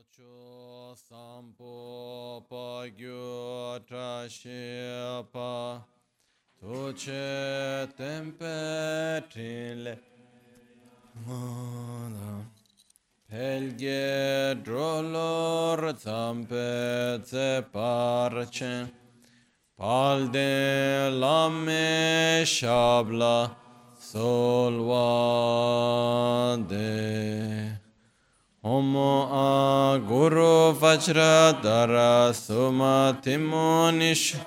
Ocho sampo pa gyu trashe pa tuche tempe trile mona pelge drolor zampe ze parche palde lame shabla solvade Homo a Guru Vajradhara Sumatimonish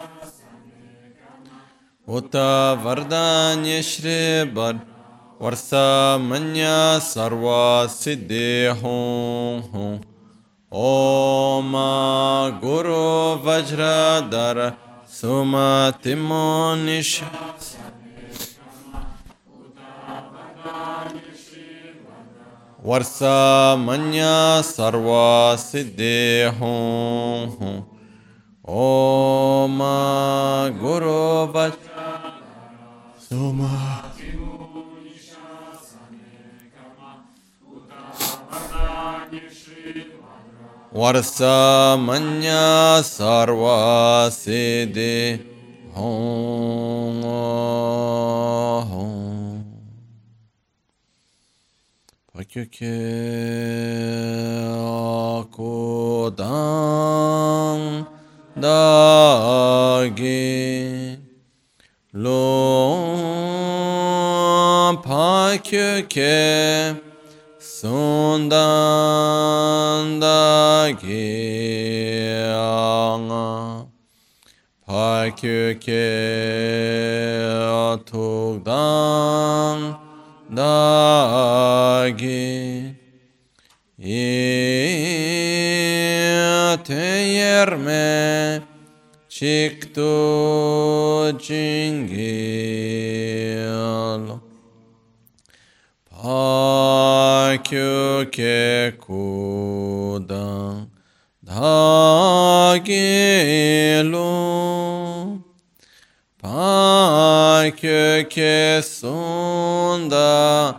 Uta Vardanya Shri Bad Varsa Manya Sarva Siddhi Hum Om a Guru Vajradhara Sumatimonish Varsa Manya Sarva Siddhi Hum Om Guru Vajradhara Suma Varsa Manya Sarva Siddhi Hum Pakyuke Akudang Dagi Lo Pakyuke Sundan Dagi Anga Pakyuke Atugdang Dagi Teyerme Chiktu Jingil Pakyuke Kudang Dagilu Pakyuke Sunda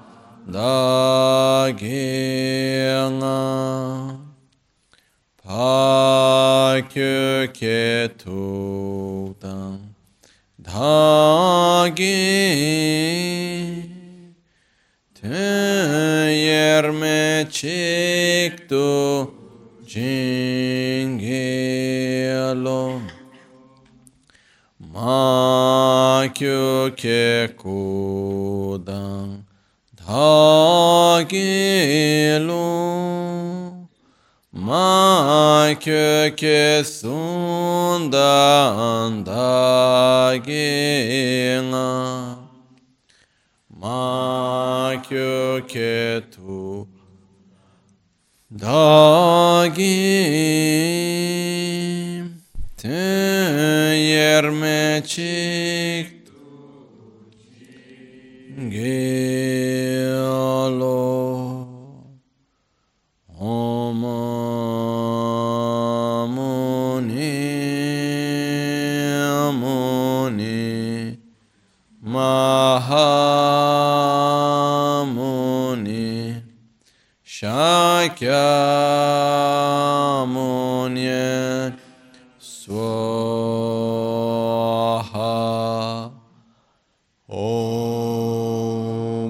Daginga Pakyuke Tudang Dagi Teyerme Chiktu Jingelo Makyuke Kudang Dagilu Makyuke Sundan Daginga Makyuke Tu Dagi Teyerme Chik Gelo Om Muni Mahamuni Shakyamuni Swaha Om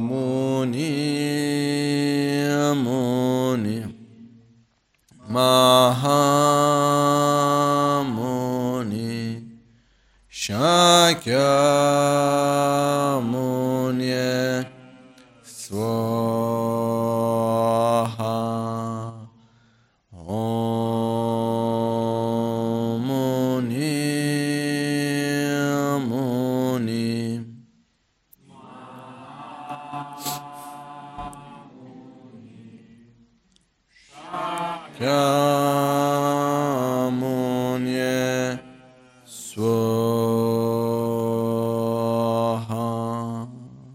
Muni Mahamuni Shakyamuni Swaha Om Muni Shakyamuni Swaha.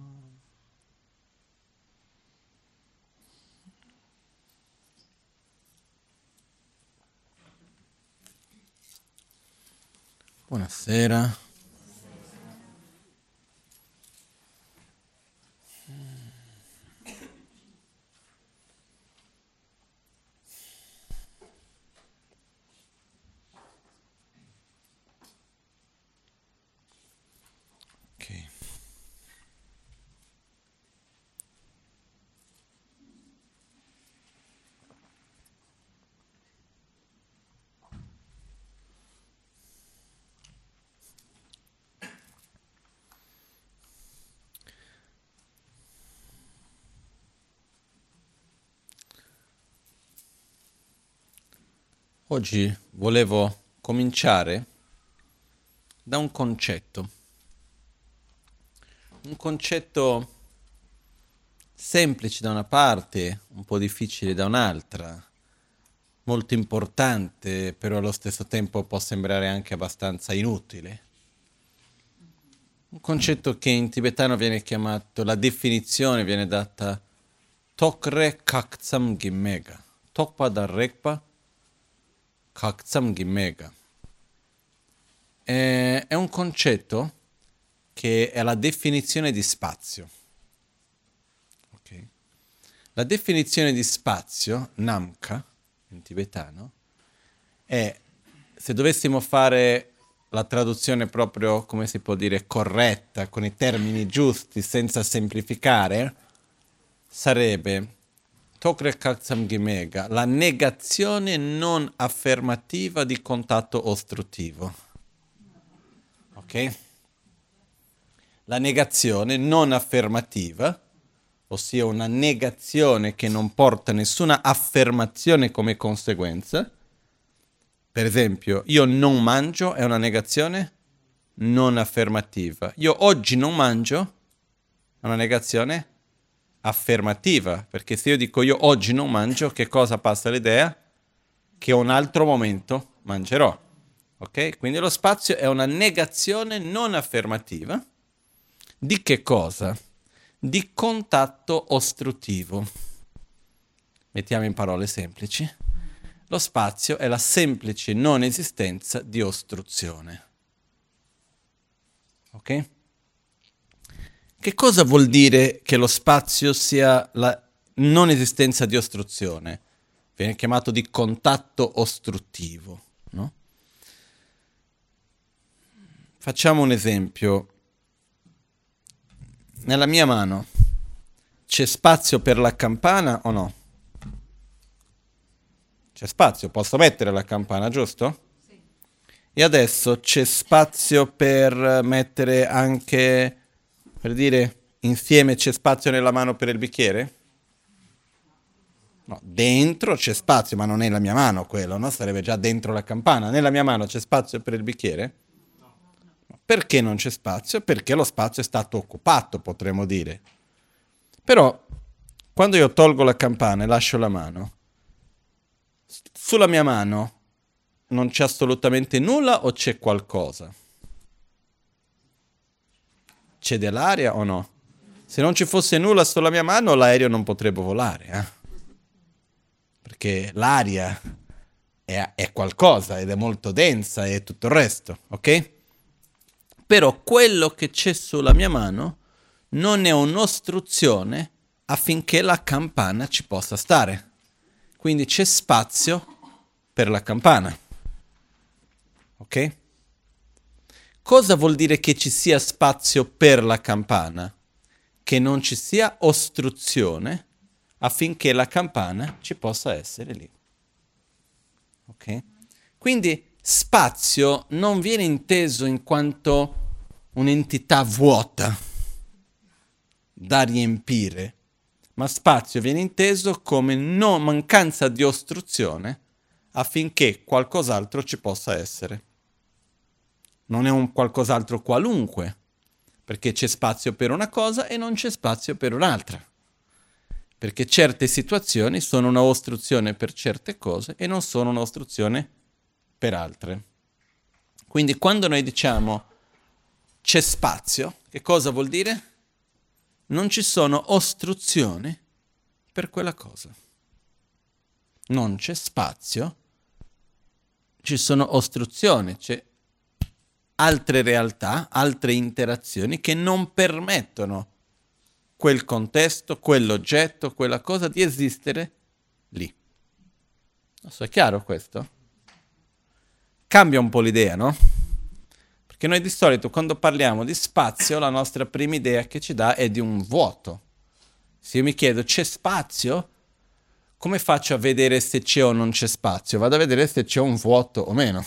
Buonasera. Oggi volevo cominciare da un concetto semplice da una parte, un po' difficile da un'altra, molto importante, però allo stesso tempo può sembrare anche abbastanza inutile. Un concetto che in tibetano viene chiamato, la definizione viene data Tokre Kaktsam Gimmega, Tokpa Darrekpa Kaktsam Gimmega. È un concetto che è la definizione di spazio. Okay. La definizione di spazio, Namka, in tibetano, è, se dovessimo fare la traduzione proprio, come si può dire, corretta, con i termini giusti, senza semplificare, sarebbe Tokre Kaktsam Gimmega, la negazione non affermativa di contatto ostruttivo. Ok? La negazione non affermativa, ossia una negazione che non porta nessuna affermazione come conseguenza. Per esempio, io non mangio è una negazione non affermativa. Io oggi non mangio è una negazione affermativa, perché se io dico io oggi non mangio, che cosa passa l'idea? Che un altro momento mangerò. Ok? Quindi lo spazio è una negazione non affermativa. Di che cosa? Di contatto ostruttivo. Mettiamo in parole semplici. Lo spazio è la semplice non esistenza di ostruzione. Ok? Che cosa vuol dire che lo spazio sia la non esistenza di ostruzione? Viene chiamato di contatto ostruttivo, no? Facciamo un esempio. Nella mia mano c'è spazio per la campana o no? C'è spazio, posso mettere la campana, giusto? Sì. E adesso c'è spazio per mettere anche, per dire, insieme c'è spazio nella mano per il bicchiere? No, dentro c'è spazio, ma non è la mia mano quello, no? Sarebbe già dentro la campana. Nella mia mano c'è spazio per il bicchiere? Perché non c'è spazio? Perché lo spazio è stato occupato, potremmo dire. Però, quando io tolgo la campana e lascio la mano, sulla mia mano non c'è assolutamente nulla o c'è qualcosa? C'è dell'aria o no? Se non ci fosse nulla sulla mia mano, l'aereo non potrebbe volare, Perché l'aria è qualcosa ed è molto densa e tutto il resto, ok? Però quello che c'è sulla mia mano non è un'ostruzione affinché la campana ci possa stare. Quindi c'è spazio per la campana. Ok? Cosa vuol dire che ci sia spazio per la campana? Che non ci sia ostruzione affinché la campana ci possa essere lì. Ok? Quindi spazio non viene inteso in quanto un'entità vuota da riempire, ma spazio viene inteso come mancanza di ostruzione affinché qualcos'altro ci possa essere. Non è un qualcos'altro qualunque, perché c'è spazio per una cosa e non c'è spazio per un'altra. Perché certe situazioni sono una ostruzione per certe cose e non sono un'ostruzione per altre. Quindi quando noi diciamo c'è spazio, che cosa vuol dire? Non ci sono ostruzioni per quella cosa. Non c'è spazio, ci sono ostruzioni, c'è altre realtà, altre interazioni che non permettono quel contesto, quell'oggetto, quella cosa di esistere lì. Non so, è chiaro questo? Cambia un po' l'idea, no? Perché noi di solito quando parliamo di spazio la nostra prima idea che ci dà è di un vuoto. Se io mi chiedo c'è spazio, come faccio a vedere se c'è o non c'è spazio? Vado a vedere se c'è un vuoto o meno.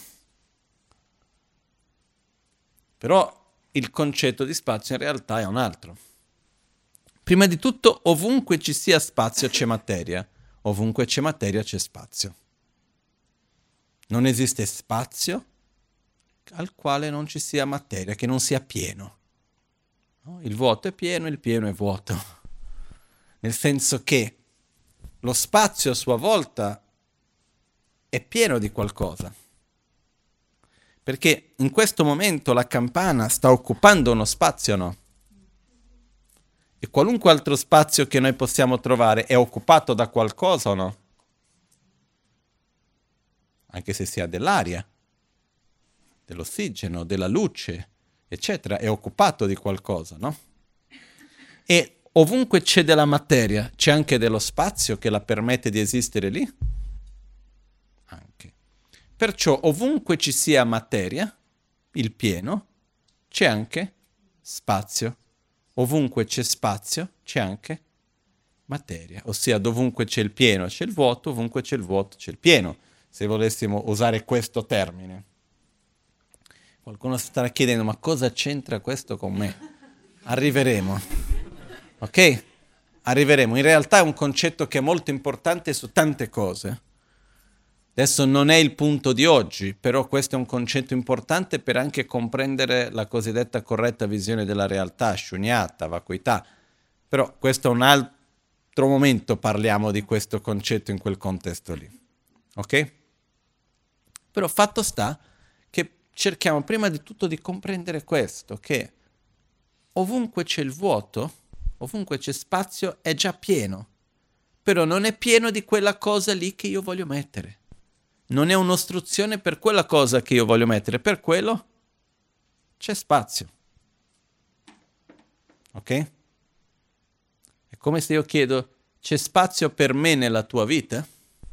Però il concetto di spazio in realtà è un altro. Prima di tutto, ovunque ci sia spazio c'è materia, ovunque c'è materia c'è spazio. Non esiste spazio al quale non ci sia materia, che non sia pieno. No? Il vuoto è pieno, il pieno è vuoto. Nel senso che lo spazio a sua volta è pieno di qualcosa. Perché in questo momento la campana sta occupando uno spazio, no? E qualunque altro spazio che noi possiamo trovare è occupato da qualcosa o no? Anche se sia dell'aria, dell'ossigeno, della luce, eccetera, è occupato di qualcosa, no? E ovunque c'è della materia, c'è anche dello spazio che la permette di esistere lì? Anche. Perciò ovunque ci sia materia, il pieno, c'è anche spazio. Ovunque c'è spazio, c'è anche materia. Ossia, dovunque c'è il pieno, c'è il vuoto, ovunque c'è il vuoto, c'è il pieno. Se volessimo usare questo termine. Qualcuno si starà chiedendo, ma cosa c'entra questo con me? Arriveremo. Ok? Arriveremo. In realtà è un concetto che è molto importante su tante cose. Adesso non è il punto di oggi, però questo è un concetto importante per anche comprendere la cosiddetta corretta visione della realtà, shunyata, vacuità. Però questo è un altro momento, parliamo di questo concetto in quel contesto lì. Ok? Però fatto sta che cerchiamo prima di tutto di comprendere questo, che ovunque c'è il vuoto, ovunque c'è spazio, è già pieno. Però non è pieno di quella cosa lì che io voglio mettere. Non è un'ostruzione per quella cosa che io voglio mettere, per quello c'è spazio. Ok? È come se io chiedo, c'è spazio per me nella tua vita?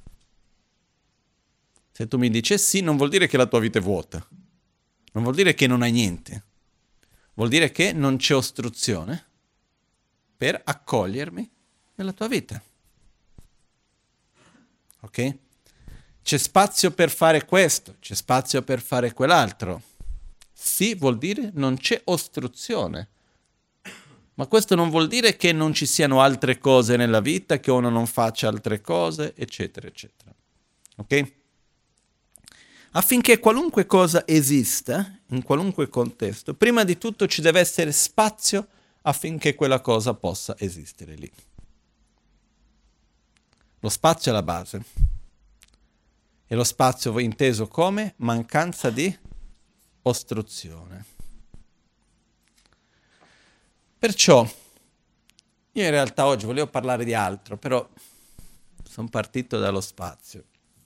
Se tu mi dici sì, non vuol dire che la tua vita è vuota. Non vuol dire che non hai niente. Vuol dire che non c'è ostruzione per accogliermi nella tua vita. Ok? C'è spazio per fare questo, c'è spazio per fare quell'altro. Sì, vuol dire non c'è ostruzione. Ma questo non vuol dire che non ci siano altre cose nella vita, che uno non faccia altre cose, eccetera, eccetera. Ok? Affinché qualunque cosa esista, in qualunque contesto, prima di tutto ci deve essere spazio affinché quella cosa possa esistere lì. Lo spazio è la base. E lo spazio inteso come mancanza di ostruzione. Perciò, io in realtà oggi volevo parlare di altro, però sono partito dallo spazio.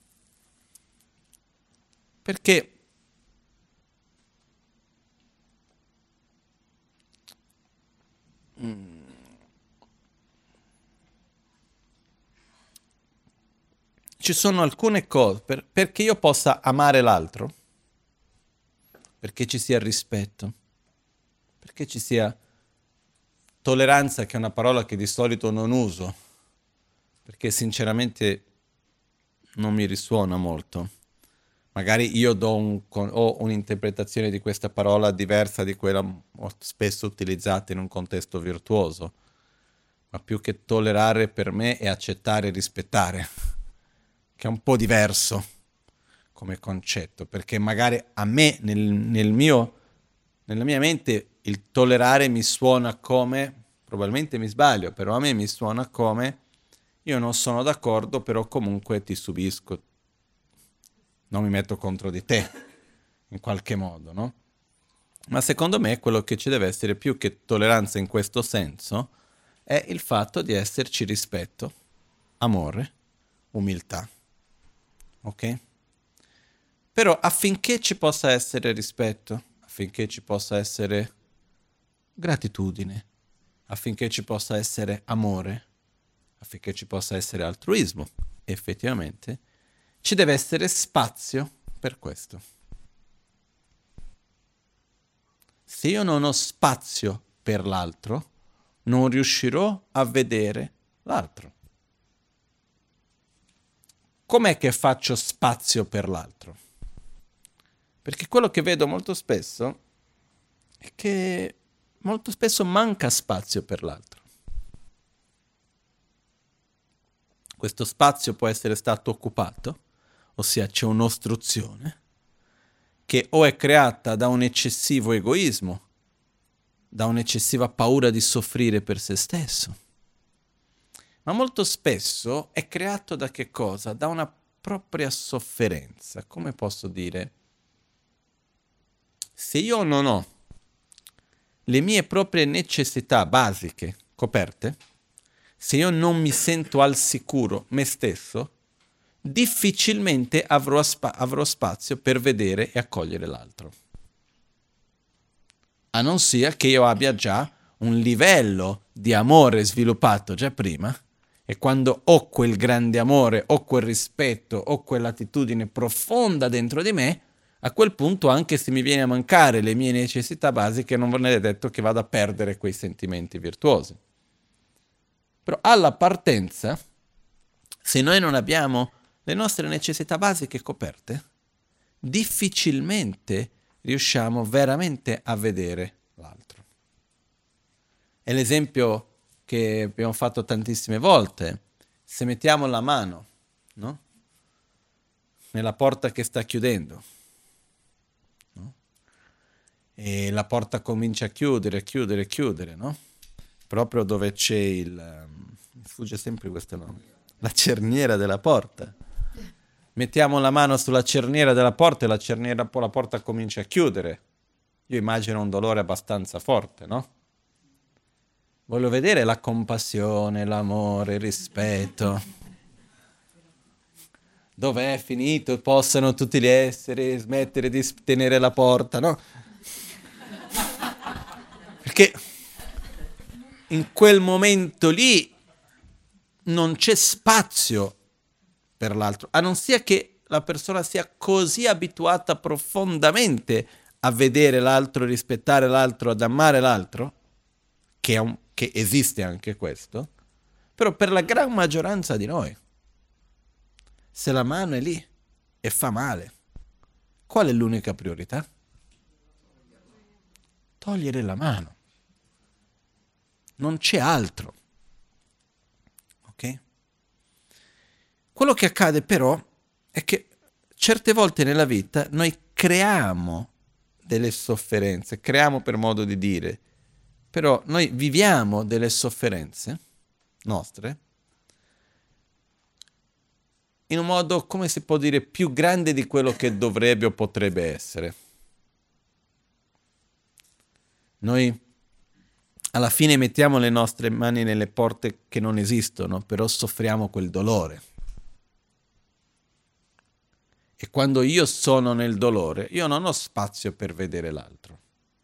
Perché ci sono alcune cose, perché io possa amare l'altro, perché ci sia rispetto, perché ci sia tolleranza, che è una parola che di solito non uso, perché sinceramente non mi risuona molto. Magari io ho un'interpretazione di questa parola diversa di quella spesso utilizzata in un contesto virtuoso, ma più che tollerare per me è accettare e rispettare, che è un po' diverso come concetto, perché magari a me, nella mia mente, il tollerare mi suona come, probabilmente mi sbaglio, però a me mi suona come io non sono d'accordo, però comunque ti subisco, non mi metto contro di te, in qualche modo, no? Ma secondo me quello che ci deve essere più che tolleranza in questo senso è il fatto di esserci rispetto, amore, umiltà. Ok? Però affinché ci possa essere rispetto, affinché ci possa essere gratitudine, affinché ci possa essere amore, affinché ci possa essere altruismo, effettivamente, ci deve essere spazio per questo. Se io non ho spazio per l'altro, non riuscirò a vedere l'altro. Com'è che faccio spazio per l'altro? Perché quello che vedo molto spesso è che molto spesso manca spazio per l'altro. Questo spazio può essere stato occupato ossia c'è un'ostruzione, che o è creata da un eccessivo egoismo, da un'eccessiva paura di soffrire per se stesso, ma molto spesso è creato da che cosa? Da una propria sofferenza. Come posso dire? Se io non ho le mie proprie necessità basiche coperte, se io non mi sento al sicuro me stesso, difficilmente avrò spazio per vedere e accogliere l'altro. A non sia che io abbia già un livello di amore sviluppato già prima, e quando ho quel grande amore, ho quel rispetto, ho quell'attitudine profonda dentro di me, a quel punto, anche se mi viene a mancare le mie necessità basiche, non è detto che vado a perdere quei sentimenti virtuosi. Però alla partenza, se noi non abbiamo le nostre necessità basiche coperte, difficilmente riusciamo veramente a vedere l'altro. È l'esempio che abbiamo fatto tantissime volte. Se mettiamo la mano, no? Nella porta che sta chiudendo, no? E la porta comincia a chiudere, no? Proprio dove c'è mi sfugge sempre questo nome, la cerniera della porta. Mettiamo la mano sulla cerniera della porta e la porta comincia a chiudere. Io immagino un dolore abbastanza forte, no? Voglio vedere la compassione, l'amore, il rispetto. Dov'è finito? Possano tutti gli esseri smettere di tenere la porta, no? Perché in quel momento lì non c'è spazio per l'altro, a non sia che la persona sia così abituata profondamente a vedere l'altro, rispettare l'altro, ad amare l'altro, che esiste anche questo, però per la gran maggioranza di noi, se la mano è lì e fa male, qual è l'unica priorità? Togliere la mano. Non c'è altro. Ok? Quello che accade però è che certe volte nella vita noi creiamo delle sofferenze, creiamo per modo di dire, però noi viviamo delle sofferenze nostre in un modo, come si può dire, più grande di quello che dovrebbe o potrebbe essere. Noi alla fine mettiamo le nostre mani nelle porte che non esistono, però soffriamo quel dolore. E quando io sono nel dolore, io non ho spazio per vedere l'altro.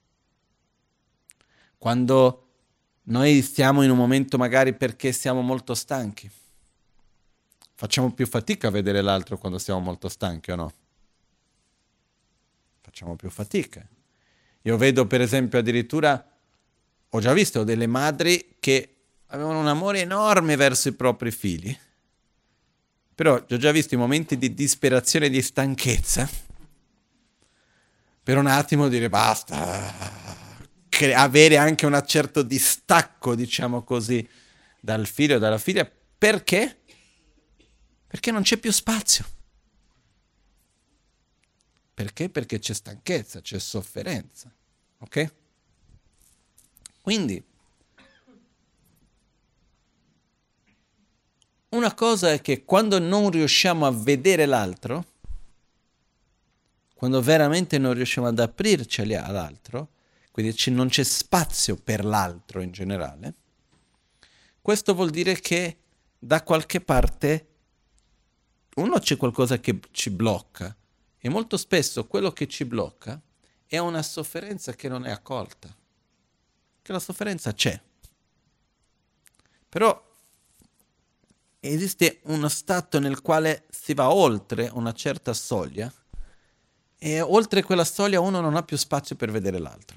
Quando noi stiamo in un momento magari perché siamo molto stanchi, facciamo più fatica a vedere l'altro quando siamo molto stanchi o no? Facciamo più fatica. Io vedo per esempio addirittura, ho già visto delle madri che avevano un amore enorme verso i propri figli, però ho già visto i momenti di disperazione e di stanchezza, per un attimo dire basta, avere anche un certo distacco, diciamo così, dal figlio o dalla figlia. Perché? Perché non c'è più spazio. Perché? Perché c'è stanchezza, c'è sofferenza. Ok? Quindi, una cosa è che quando non riusciamo a vedere l'altro, quando veramente non riusciamo ad aprirci all'altro, quindi non c'è spazio per l'altro in generale, questo vuol dire che da qualche parte c'è qualcosa che ci blocca, e molto spesso quello che ci blocca è una sofferenza che non è accolta, che la sofferenza c'è, però esiste uno stato nel quale si va oltre una certa soglia, e oltre quella soglia uno non ha più spazio per vedere l'altro.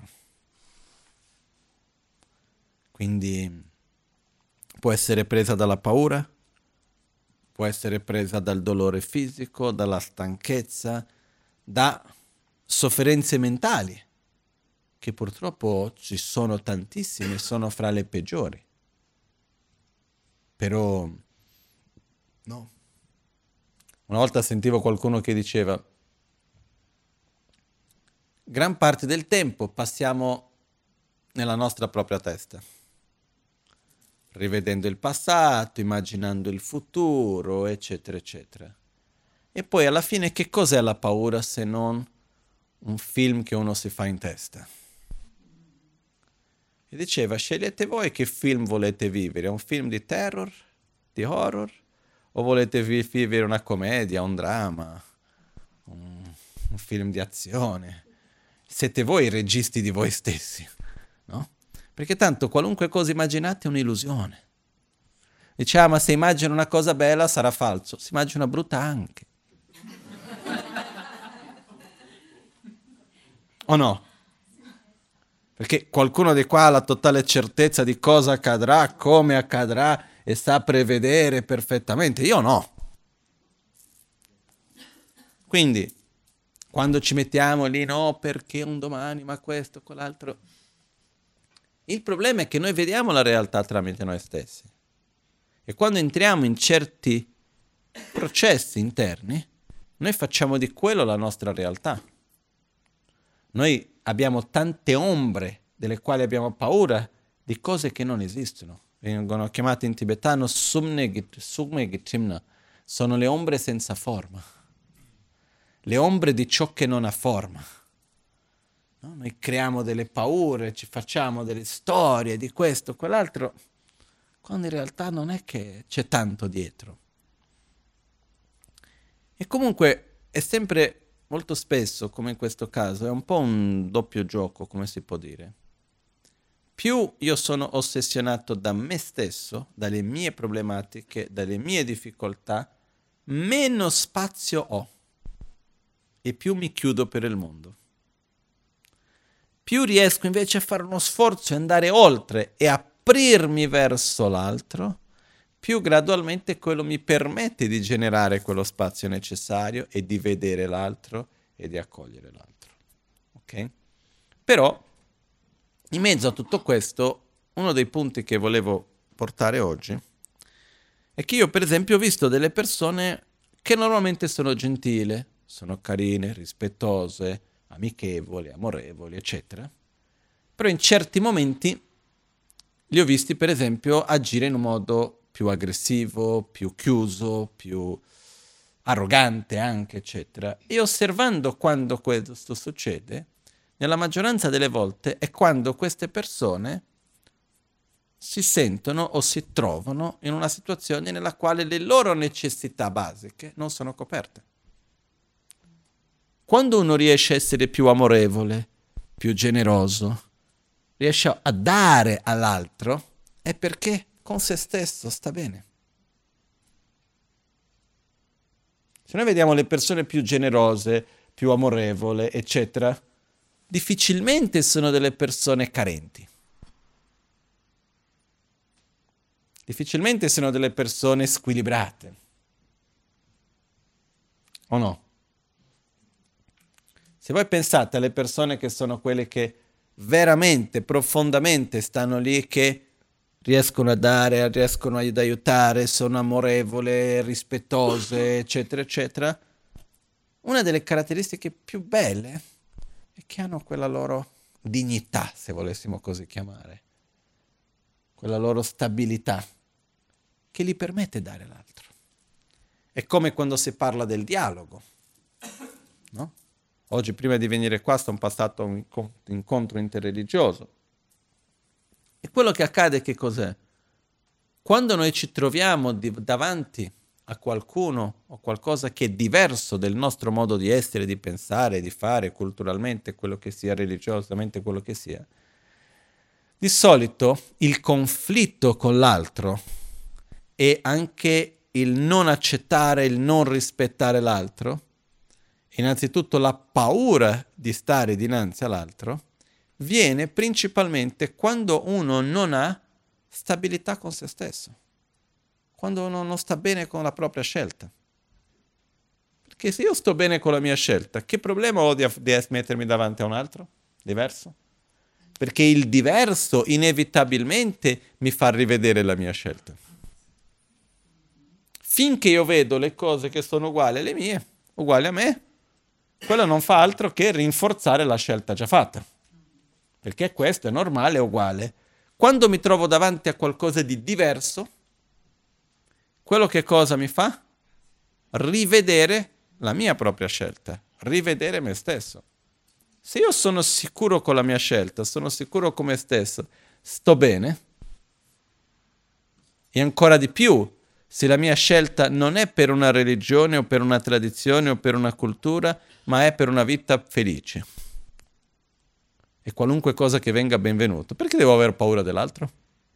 Quindi può essere presa dalla paura, può essere presa dal dolore fisico, dalla stanchezza, da sofferenze mentali, che purtroppo ci sono tantissime, sono fra le peggiori. Però no, Una volta sentivo qualcuno che diceva: gran parte del tempo passiamo nella nostra propria testa, rivedendo il passato, immaginando il futuro, eccetera, eccetera. E poi alla fine che cos'è la paura se non un film che uno si fa in testa? E diceva: scegliete voi che film volete vivere, un film di terror, di horror, o volete vivere una commedia, un dramma, un film di azione? Siete voi i registi di voi stessi, no? Perché tanto qualunque cosa immaginate è un'illusione. Dice: ma se immagino una cosa bella sarà falso. Si immagina brutta anche. O no? Perché qualcuno di qua ha la totale certezza di cosa accadrà, come accadrà e sa prevedere perfettamente. Io no. Quindi, quando ci mettiamo lì, no, perché un domani, ma questo, quell'altro. Il problema è che noi vediamo la realtà tramite noi stessi. E quando entriamo in certi processi interni, noi facciamo di quello la nostra realtà. Noi abbiamo tante ombre delle quali abbiamo paura di cose che non esistono. Vengono chiamate in tibetano Sumnegitimna. Sono le ombre senza forma. Le ombre di ciò che non ha forma. No? Noi creiamo delle paure, ci facciamo delle storie di questo, quell'altro, quando in realtà non è che c'è tanto dietro. E comunque è sempre, molto spesso, come in questo caso, è un po' un doppio gioco, come si può dire. Più io sono ossessionato da me stesso, dalle mie problematiche, dalle mie difficoltà, meno spazio ho e più mi chiudo per il mondo. Più riesco invece a fare uno sforzo e andare oltre e aprirmi verso l'altro, più gradualmente quello mi permette di generare quello spazio necessario e di vedere l'altro e di accogliere l'altro. Ok? Però, in mezzo a tutto questo, uno dei punti che volevo portare oggi è che io, per esempio, ho visto delle persone che normalmente sono gentili, sono carine, rispettose, amichevoli, amorevoli, eccetera. Però in certi momenti li ho visti, per esempio, agire in un modo più aggressivo, più chiuso, più arrogante anche, eccetera. E osservando quando questo succede, nella maggioranza delle volte è quando queste persone si sentono o si trovano in una situazione nella quale le loro necessità basiche non sono coperte. Quando uno riesce a essere più amorevole, più generoso, riesce a dare all'altro, è perché con se stesso sta bene. Se noi vediamo le persone più generose, più amorevoli, eccetera, difficilmente sono delle persone carenti. Difficilmente sono delle persone squilibrate. O no? Se voi pensate alle persone che sono quelle che veramente, profondamente stanno lì, che riescono a dare, riescono ad aiutare, sono amorevoli, rispettose, eccetera, eccetera, una delle caratteristiche più belle è che hanno quella loro dignità, se volessimo così chiamare, quella loro stabilità, che gli permette di dare l'altro. È come quando si parla del dialogo, no? Oggi, prima di venire qua, sono passato a un incontro interreligioso. E quello che accade che cos'è? Quando noi ci troviamo davanti a qualcuno o qualcosa che è diverso del nostro modo di essere, di pensare, di fare culturalmente, quello che sia, religiosamente, quello che sia, di solito il conflitto con l'altro e anche il non accettare, il non rispettare l'altro, innanzitutto la paura di stare dinanzi all'altro, viene principalmente quando uno non ha stabilità con se stesso, quando uno non sta bene con la propria scelta. Perché se io sto bene con la mia scelta, che problema ho di mettermi davanti a un altro diverso? Perché il diverso inevitabilmente mi fa rivedere la mia scelta. Finché io vedo le cose che sono uguali alle mie, uguali a me, quello non fa altro che rinforzare la scelta già fatta. Perché questo è normale, è uguale. Quando mi trovo davanti a qualcosa di diverso, quello che cosa mi fa? Rivedere la mia propria scelta, rivedere me stesso. Se io sono sicuro con la mia scelta, sono sicuro con me stesso, sto bene, e ancora di più, se la mia scelta non è per una religione o per una tradizione o per una cultura, ma è per una vita felice. E qualunque cosa che venga benvenuto. Perché devo aver paura dell'altro?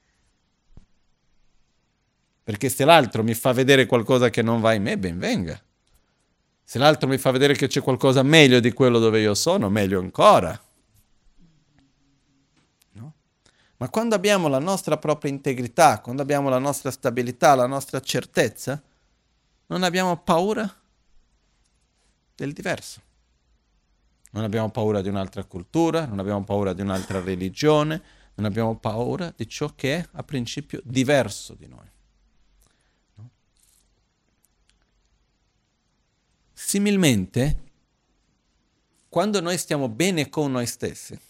Perché se l'altro mi fa vedere qualcosa che non va in me, ben venga. Se l'altro mi fa vedere che c'è qualcosa meglio di quello dove io sono, meglio ancora. No? Ma quando abbiamo la nostra propria integrità, quando abbiamo la nostra stabilità, la nostra certezza, non abbiamo paura del diverso. Non abbiamo paura di un'altra cultura, non abbiamo paura di un'altra religione, non abbiamo paura di ciò che è a principio diverso di noi. No? Similmente, quando noi stiamo bene con noi stessi,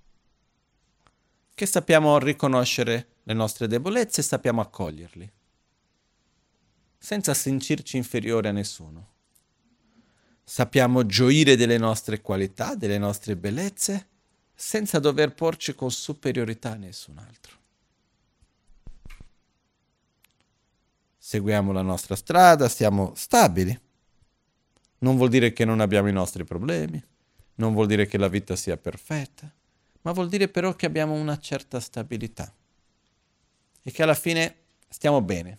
che sappiamo riconoscere le nostre debolezze e sappiamo accoglierli, senza sentirci inferiori a nessuno. Sappiamo gioire delle nostre qualità, delle nostre bellezze, senza dover porci con superiorità a nessun altro. Seguiamo la nostra strada, siamo stabili. Non vuol dire che non abbiamo i nostri problemi, non vuol dire che la vita sia perfetta, ma vuol dire però che abbiamo una certa stabilità e che alla fine stiamo bene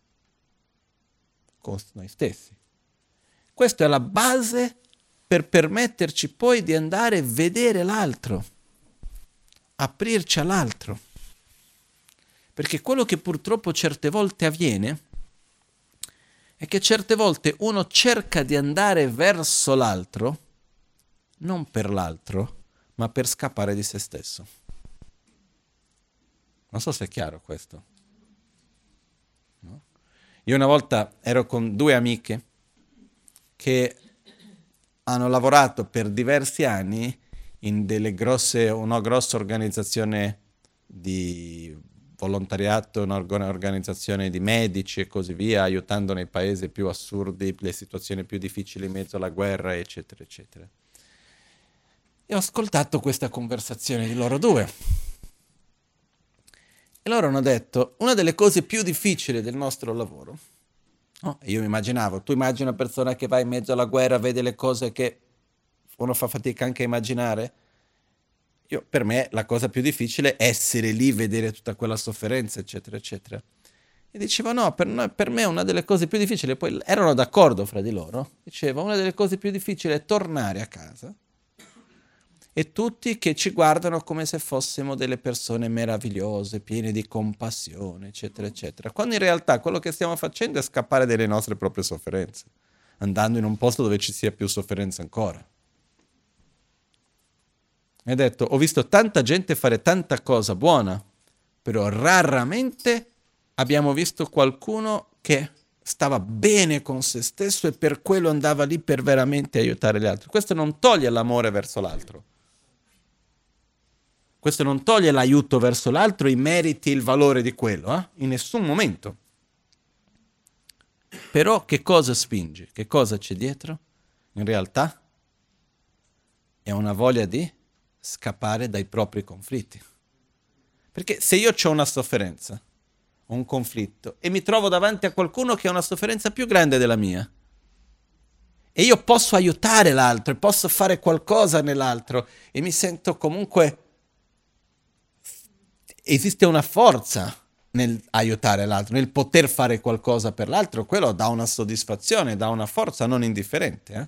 con noi stessi. Questa è la base per permetterci poi di andare a vedere l'altro, aprirci all'altro. Perché quello che purtroppo certe volte avviene è che certe volte uno cerca di andare verso l'altro, non per l'altro, ma per scappare di se stesso. Non so se è chiaro questo. No? Io una volta ero con due amiche che hanno lavorato per diversi anni in una grossa organizzazione di volontariato, un'organizzazione di medici e così via, aiutando nei paesi più assurdi, le situazioni più difficili in mezzo alla guerra, eccetera, eccetera. E ho ascoltato questa conversazione di loro due. E loro hanno detto, una delle cose più difficili del nostro lavoro. No? Io mi immaginavo, tu immagini una persona che va in mezzo alla guerra, vede le cose che uno fa fatica anche a immaginare. Per me la cosa più difficile è essere lì, vedere tutta quella sofferenza, eccetera, eccetera. E dicevo, no, per me una delle cose più difficili, poi erano d'accordo fra di loro, diceva, una delle cose più difficili è tornare a casa e tutti che ci guardano come se fossimo delle persone meravigliose, piene di compassione, eccetera, eccetera. Quando in realtà quello che stiamo facendo è scappare dalle nostre proprie sofferenze, andando in un posto dove ci sia più sofferenza ancora. Mi ha detto, ho visto tanta gente fare tanta cosa buona, però raramente abbiamo visto qualcuno che stava bene con se stesso e per quello andava lì per veramente aiutare gli altri. Questo non toglie l'amore verso l'altro. Questo non toglie l'aiuto verso l'altro, i meriti, il valore di quello, in nessun momento. Però che cosa spinge? Che cosa c'è dietro? In realtà è una voglia di scappare dai propri conflitti. Perché se io ho una sofferenza, un conflitto, e mi trovo davanti a qualcuno che ha una sofferenza più grande della mia, e io posso aiutare l'altro, e posso fare qualcosa nell'altro, e mi sento comunque... Esiste una forza nel aiutare l'altro, nel poter fare qualcosa per l'altro, quello dà una soddisfazione, dà una forza non indifferente.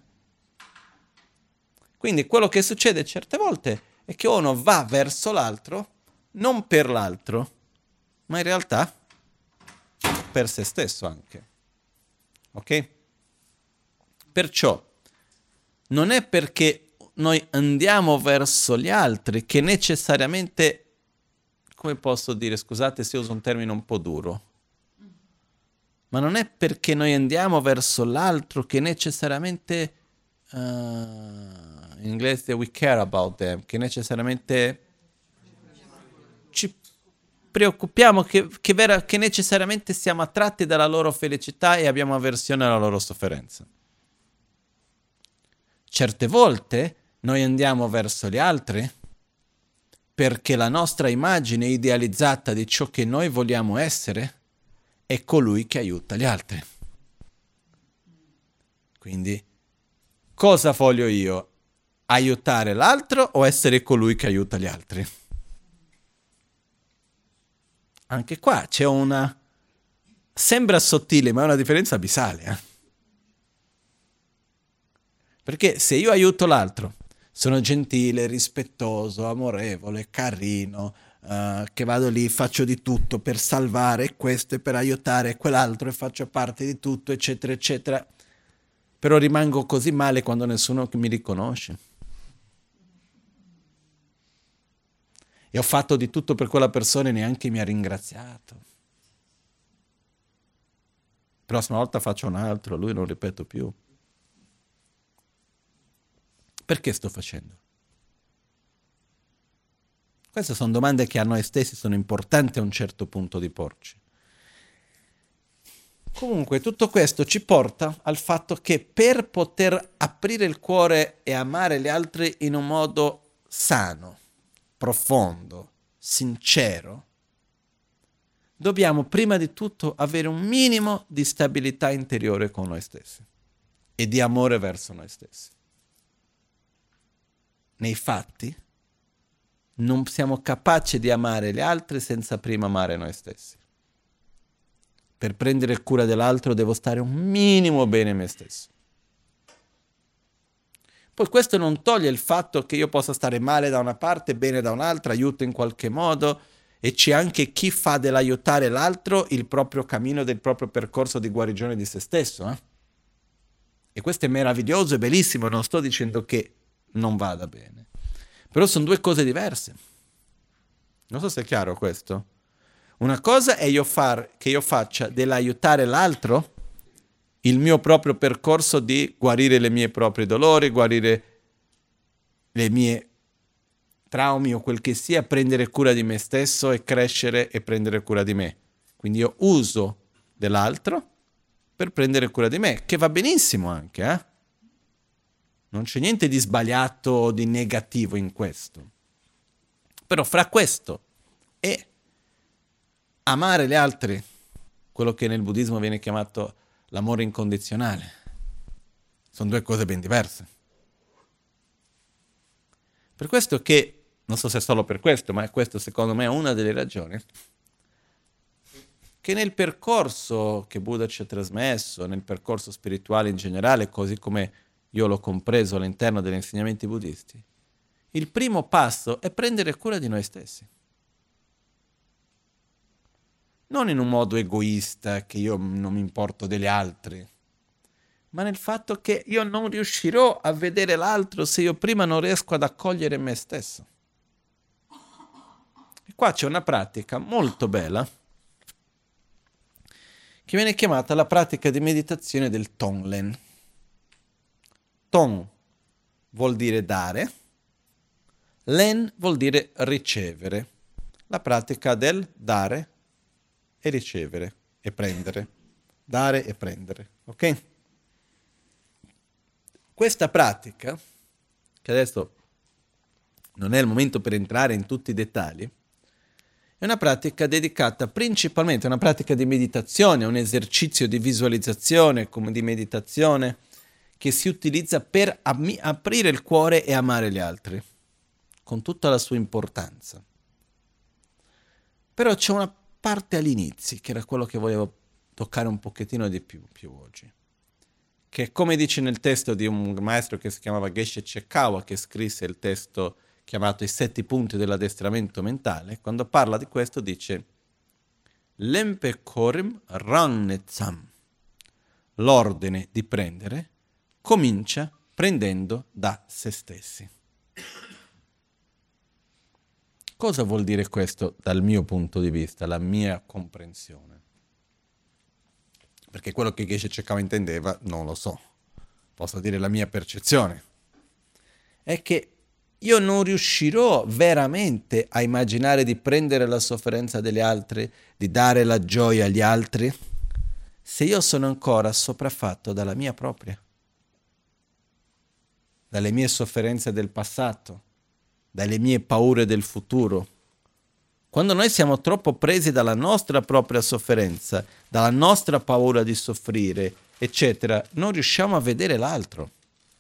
Quindi quello che succede certe volte è che uno va verso l'altro, non per l'altro, ma in realtà per se stesso anche. Ok? Perciò non è perché noi andiamo verso gli altri che necessariamente, come posso dire, scusate se uso un termine un po' duro, ma non è perché noi andiamo verso l'altro che necessariamente, in inglese we care about them, che necessariamente ci preoccupiamo, che necessariamente siamo attratti dalla loro felicità e abbiamo avversione alla loro sofferenza. Certe volte noi andiamo verso gli altri perché la nostra immagine idealizzata di ciò che noi vogliamo essere è colui che aiuta gli altri. Quindi, cosa voglio io? Aiutare l'altro o essere colui che aiuta gli altri? Anche qua c'è una... Sembra sottile, ma è una differenza abissale. Perché se io aiuto l'altro, sono gentile, rispettoso, amorevole, carino, che vado lì, faccio di tutto per salvare questo e per aiutare quell'altro e faccio parte di tutto, eccetera, eccetera. Però rimango così male quando nessuno mi riconosce. E ho fatto di tutto per quella persona e neanche mi ha ringraziato. La prossima volta faccio un altro, lui non ripeto più. Perché sto facendo? Queste sono domande che a noi stessi sono importanti a un certo punto di porci. Comunque tutto questo ci porta al fatto che per poter aprire il cuore e amare gli altri in un modo sano, profondo, sincero, dobbiamo prima di tutto avere un minimo di stabilità interiore con noi stessi e di amore verso noi stessi. Nei fatti non siamo capaci di amare gli altri senza prima amare noi stessi. Per prendere cura dell'altro devo stare un minimo bene me stesso. Poi questo non toglie il fatto che io possa stare male da una parte, bene da un'altra, aiuto in qualche modo, e c'è anche chi fa dell'aiutare l'altro il proprio cammino del proprio percorso di guarigione di se stesso. E questo è meraviglioso e bellissimo, non sto dicendo che non vada bene. Però sono due cose diverse. Non so se è chiaro questo. Una cosa è che io faccia dell'aiutare l'altro il mio proprio percorso di guarire le mie proprie dolori, guarire le mie traumi o quel che sia, prendere cura di me stesso e crescere e prendere cura di me. Quindi io uso dell'altro per prendere cura di me, che va benissimo anche, Non c'è niente di sbagliato o di negativo in questo. Però fra questo e amare gli altri, quello che nel buddismo viene chiamato l'amore incondizionale, sono due cose ben diverse. Per questo che, non so se è solo per questo, ma questo secondo me è una delle ragioni, che nel percorso che Buddha ci ha trasmesso, nel percorso spirituale in generale, così come io l'ho compreso all'interno degli insegnamenti buddisti, il primo passo è prendere cura di noi stessi. Non in un modo egoista, che io non mi importo degli altri, ma nel fatto che io non riuscirò a vedere l'altro se io prima non riesco ad accogliere me stesso. E qua c'è una pratica molto bella che viene chiamata la pratica di meditazione del Tonglen. Tong vuol dire dare, Len vuol dire ricevere. La pratica del dare e ricevere e prendere. Dare e prendere, ok? Questa pratica, che adesso non è il momento per entrare in tutti i dettagli, è una pratica dedicata principalmente a una pratica di meditazione, un esercizio di visualizzazione, come di meditazione, che si utilizza per aprire il cuore e amare gli altri, con tutta la sua importanza. Però c'è una parte all'inizio, che era quello che volevo toccare un pochettino di più oggi, che come dice nel testo di un maestro che si chiamava Geshe Chekawa, che scrisse il testo chiamato I 7 punti dell'addestramento mentale, quando parla di questo dice Lempe Korim Rannetsam, l'ordine di prendere comincia prendendo da se stessi. Cosa vuol dire questo dal mio punto di vista, la mia comprensione? Perché quello che Geshe Chekama intendeva non lo so, posso dire la mia percezione, è che io non riuscirò veramente a immaginare di prendere la sofferenza degli altri, di dare la gioia agli altri, se io sono ancora sopraffatto dalla mia propria, dalle mie sofferenze del passato, dalle mie paure del futuro. Quando noi siamo troppo presi dalla nostra propria sofferenza, dalla nostra paura di soffrire, eccetera, non riusciamo a vedere l'altro.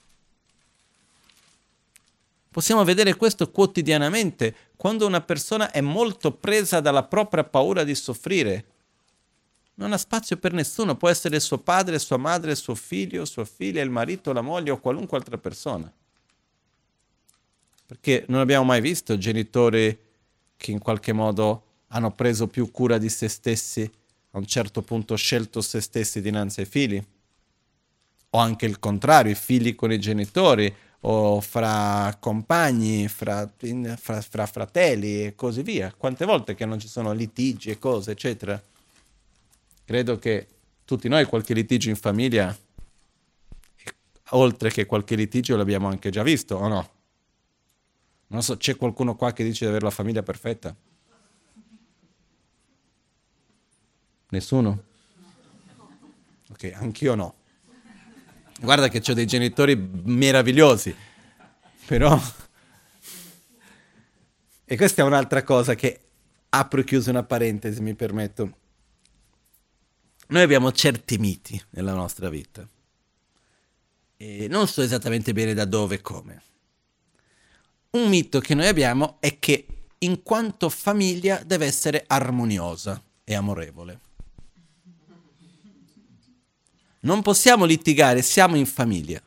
Possiamo vedere questo quotidianamente, quando una persona è molto presa dalla propria paura di soffrire. Non ha spazio per nessuno, può essere suo padre, sua madre, suo figlio, sua figlia, il marito, la moglie o qualunque altra persona. Perché non abbiamo mai visto genitori che in qualche modo hanno preso più cura di se stessi, a un certo punto scelto se stessi dinanzi ai figli. O anche il contrario, i figli con i genitori, o fra compagni, fra fratelli e così via. Quante volte che non ci sono litigi e cose, eccetera. Credo che tutti noi qualche litigio in famiglia, oltre che qualche litigio, l'abbiamo anche già visto, o no? Non so, c'è qualcuno qua che dice di avere la famiglia perfetta? Nessuno? Ok, anch'io no. Guarda che ho dei genitori meravigliosi, però... E questa è un'altra cosa che apro e chiuso una parentesi, mi permetto. Noi abbiamo certi miti nella nostra vita. E non so esattamente bene da dove e come. Un mito che noi abbiamo è che in quanto famiglia deve essere armoniosa e amorevole. Non possiamo litigare, siamo in famiglia.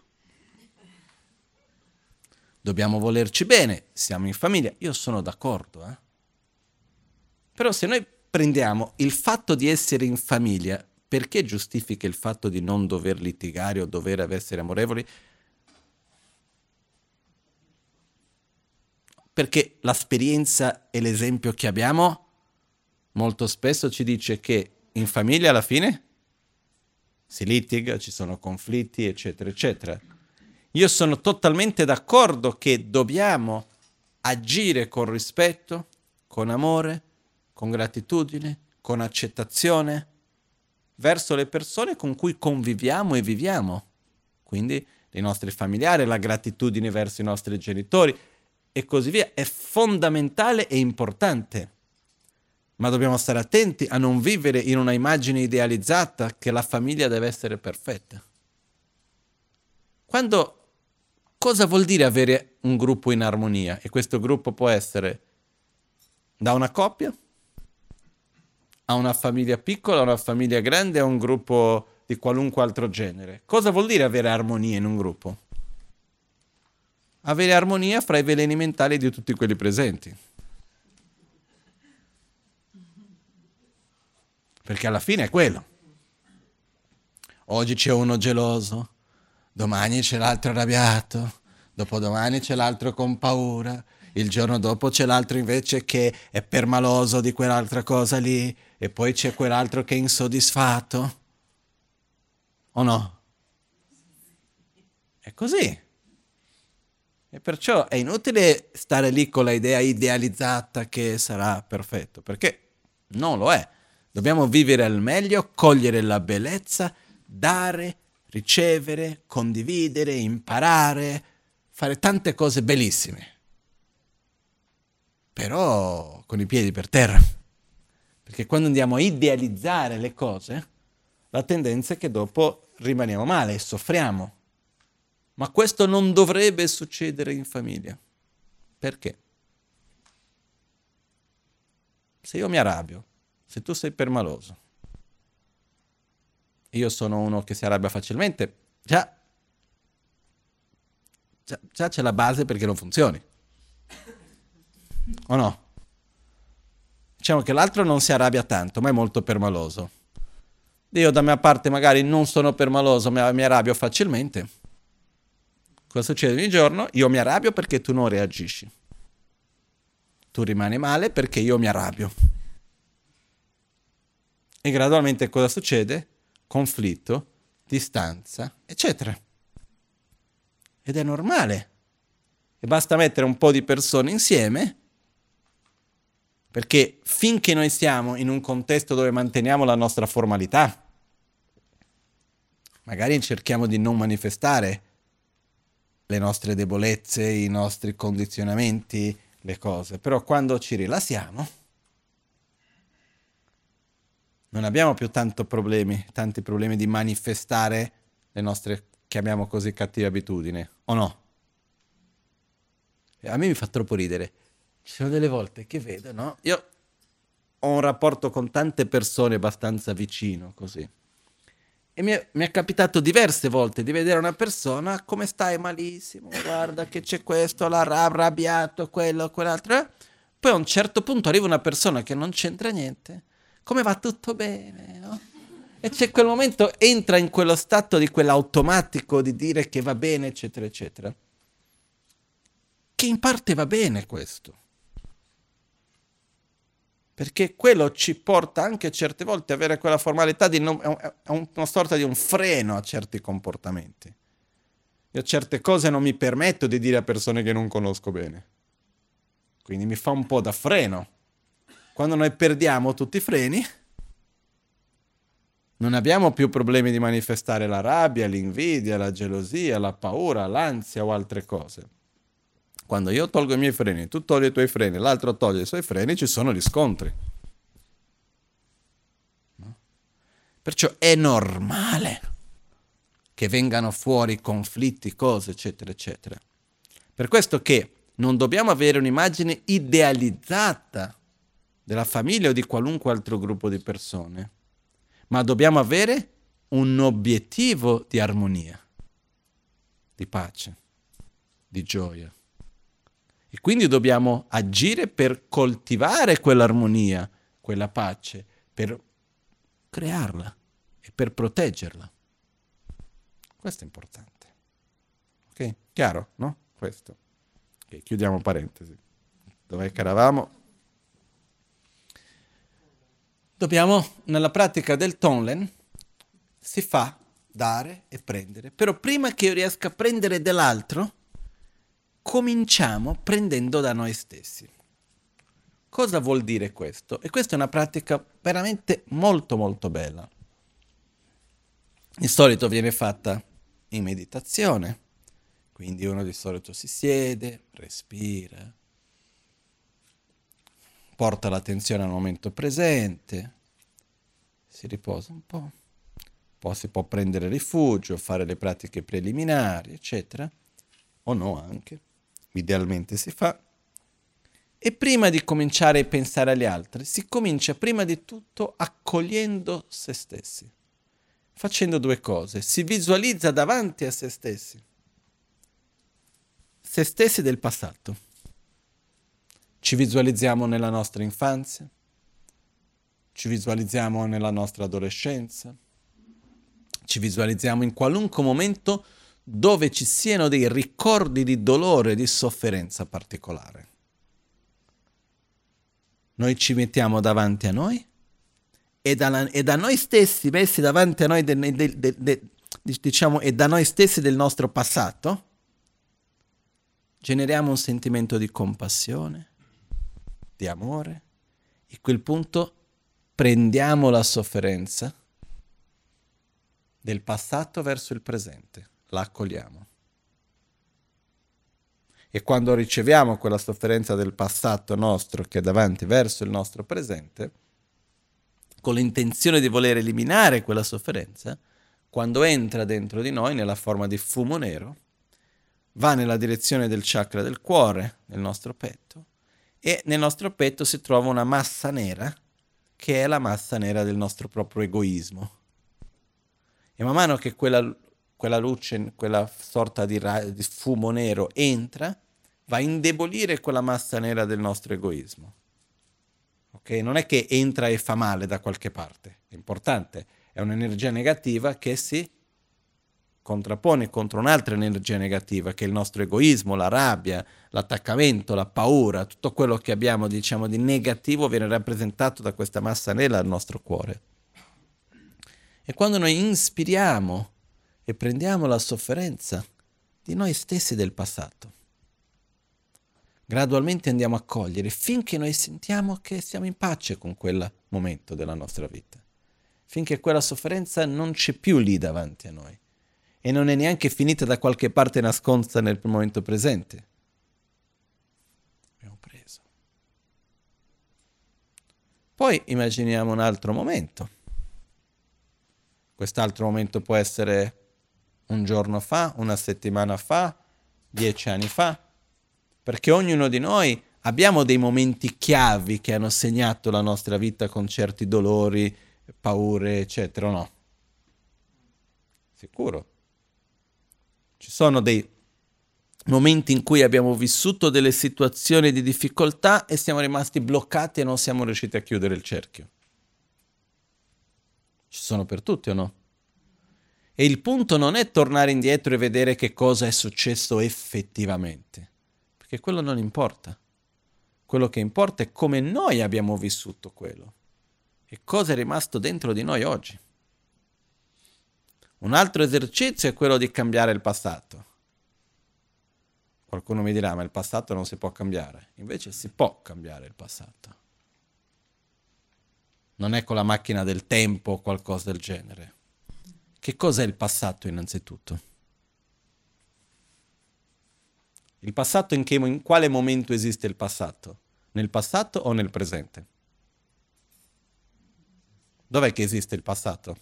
Dobbiamo volerci bene, siamo in famiglia. Io sono d'accordo, Però se noi prendiamo il fatto di essere in famiglia, perché giustifica il fatto di non dover litigare o dover essere amorevoli? Perché l'esperienza e l'esempio che abbiamo molto spesso ci dice che in famiglia alla fine si litiga, ci sono conflitti, eccetera, eccetera. Io sono totalmente d'accordo che dobbiamo agire con rispetto, con amore, con gratitudine, con accettazione verso le persone con cui conviviamo e viviamo. Quindi i nostri familiari, la gratitudine verso i nostri genitori e così via, è fondamentale e importante. Ma dobbiamo stare attenti a non vivere in una immagine idealizzata che la famiglia deve essere perfetta. Cosa vuol dire avere un gruppo in armonia? E questo gruppo può essere da una coppia, a una famiglia piccola, a una famiglia grande, a un gruppo di qualunque altro genere. Cosa vuol dire avere armonia in un gruppo? Avere armonia fra i veleni mentali di tutti quelli presenti. Perché alla fine è quello. Oggi c'è uno geloso, domani c'è l'altro arrabbiato, dopodomani c'è l'altro con paura, il giorno dopo c'è l'altro invece che è permaloso di quell'altra cosa lì, e poi c'è quell'altro che è insoddisfatto. O no? È così. E perciò è inutile stare lì con l'idea idealizzata che sarà perfetto, perché non lo è. Dobbiamo vivere al meglio, cogliere la bellezza, dare, ricevere, condividere, imparare, fare tante cose bellissime. Però con i piedi per terra. Perché quando andiamo a idealizzare le cose, la tendenza è che dopo rimaniamo male e soffriamo. Ma questo non dovrebbe succedere in famiglia. Perché? Se io mi arrabbio, se tu sei permaloso, io sono uno che si arrabbia facilmente, già c'è la base perché non funzioni. O no? Diciamo che l'altro non si arrabbia tanto, ma è molto permaloso. Io da mia parte magari non sono permaloso, ma mi arrabbio facilmente. Cosa succede ogni giorno? Io mi arrabbio perché tu non reagisci. Tu rimani male perché io mi arrabbio. E gradualmente cosa succede? conflitto, distanza, eccetera. Ed è normale. E basta mettere un po' di persone insieme, perché finché noi siamo in un contesto dove manteniamo la nostra formalità, magari cerchiamo di non manifestare le nostre debolezze, i nostri condizionamenti, le cose, però quando ci rilassiamo non abbiamo più tanti problemi di manifestare le nostre, chiamiamo così, cattive abitudini, o no? A me mi fa troppo ridere. Ci sono delle volte che vedo, no? Io ho un rapporto con tante persone abbastanza vicino, così. E mi è capitato diverse volte di vedere una persona, come stai malissimo, guarda che c'è questo, arrabbiato, quello, quell'altro. Poi a un certo punto arriva una persona che non c'entra niente, come va tutto bene, no? E c'è quel momento, entra in quello stato di quell'automatico di dire che va bene, eccetera, eccetera. Che in parte va bene questo. Perché quello ci porta anche certe volte a avere quella formalità di una sorta di un freno a certi comportamenti. Io certe cose non mi permetto di dire a persone che non conosco bene. Quindi mi fa un po' da freno. Quando noi perdiamo tutti i freni, non abbiamo più problemi di manifestare la rabbia, l'invidia, la gelosia, la paura, l'ansia o altre cose. Quando io tolgo i miei freni, tu togli i tuoi freni, l'altro toglie i suoi freni, ci sono gli scontri. No? Perciò è normale che vengano fuori conflitti, cose, eccetera, eccetera. Per questo che non dobbiamo avere un'immagine idealizzata della famiglia o di qualunque altro gruppo di persone, ma dobbiamo avere un obiettivo di armonia, di pace, di gioia. E quindi dobbiamo agire per coltivare quell'armonia, quella pace, per crearla e per proteggerla. Questo è importante. Ok? Chiaro, no? Questo. Ok, chiudiamo parentesi. Dov'è che eravamo? Dobbiamo, nella pratica del Tonglen, si fa dare e prendere. Però prima che io riesca a prendere dell'altro, cominciamo prendendo da noi stessi. Cosa vuol dire questo? E questa è una pratica veramente molto molto bella. Di solito viene fatta in meditazione, quindi uno di solito si siede, respira, porta l'attenzione al momento presente, si riposa un po', poi si può prendere rifugio, fare le pratiche preliminari, eccetera, o no anche. Idealmente si fa, e prima di cominciare a pensare agli altri, si comincia prima di tutto accogliendo se stessi, facendo due cose: si visualizza davanti a se stessi del passato, ci visualizziamo nella nostra infanzia, ci visualizziamo nella nostra adolescenza, ci visualizziamo in qualunque momento dove ci siano dei ricordi di dolore, di sofferenza particolare. Noi ci mettiamo davanti a noi e da noi stessi, messi davanti a noi, diciamo, e da noi stessi del nostro passato, generiamo un sentimento di compassione, di amore, e a quel punto prendiamo la sofferenza del passato verso il presente. La accogliamo. E quando riceviamo quella sofferenza del passato nostro che è davanti verso il nostro presente, con l'intenzione di voler eliminare quella sofferenza, quando entra dentro di noi nella forma di fumo nero, va nella direzione del chakra del cuore, nel nostro petto, e nel nostro petto si trova una massa nera, che è la massa nera del nostro proprio egoismo. E man mano che quella luce, quella sorta di fumo nero entra, va a indebolire quella massa nera del nostro egoismo. Ok? Non è che entra e fa male da qualche parte, è importante, è un'energia negativa che si contrappone contro un'altra energia negativa, che è il nostro egoismo, la rabbia, l'attaccamento, la paura, tutto quello che abbiamo, diciamo, di negativo viene rappresentato da questa massa nera al nostro cuore. E quando noi inspiriamo e prendiamo la sofferenza di noi stessi del passato, gradualmente andiamo a cogliere finché noi sentiamo che siamo in pace con quel momento della nostra vita, finché quella sofferenza non c'è più lì davanti a noi e non è neanche finita da qualche parte nascosta nel momento presente. Abbiamo preso. Poi immaginiamo un altro momento. Quest'altro momento può essere un giorno fa, una settimana fa, 10 anni fa, perché ognuno di noi abbiamo dei momenti chiavi che hanno segnato la nostra vita con certi dolori, paure, eccetera, o no? Sicuro. Ci sono dei momenti in cui abbiamo vissuto delle situazioni di difficoltà e siamo rimasti bloccati e non siamo riusciti a chiudere il cerchio. Ci sono per tutti o no? E il punto non è tornare indietro e vedere che cosa è successo effettivamente, perché quello non importa. Quello che importa è come noi abbiamo vissuto quello e cosa è rimasto dentro di noi oggi. Un altro esercizio è quello di cambiare il passato. Qualcuno mi dirà, ma il passato non si può cambiare. Invece si può cambiare il passato. Non è con la macchina del tempo o qualcosa del genere. Che cos'è il passato innanzitutto? Il passato in quale momento esiste il passato? Nel passato o nel presente? Dov'è che esiste il passato?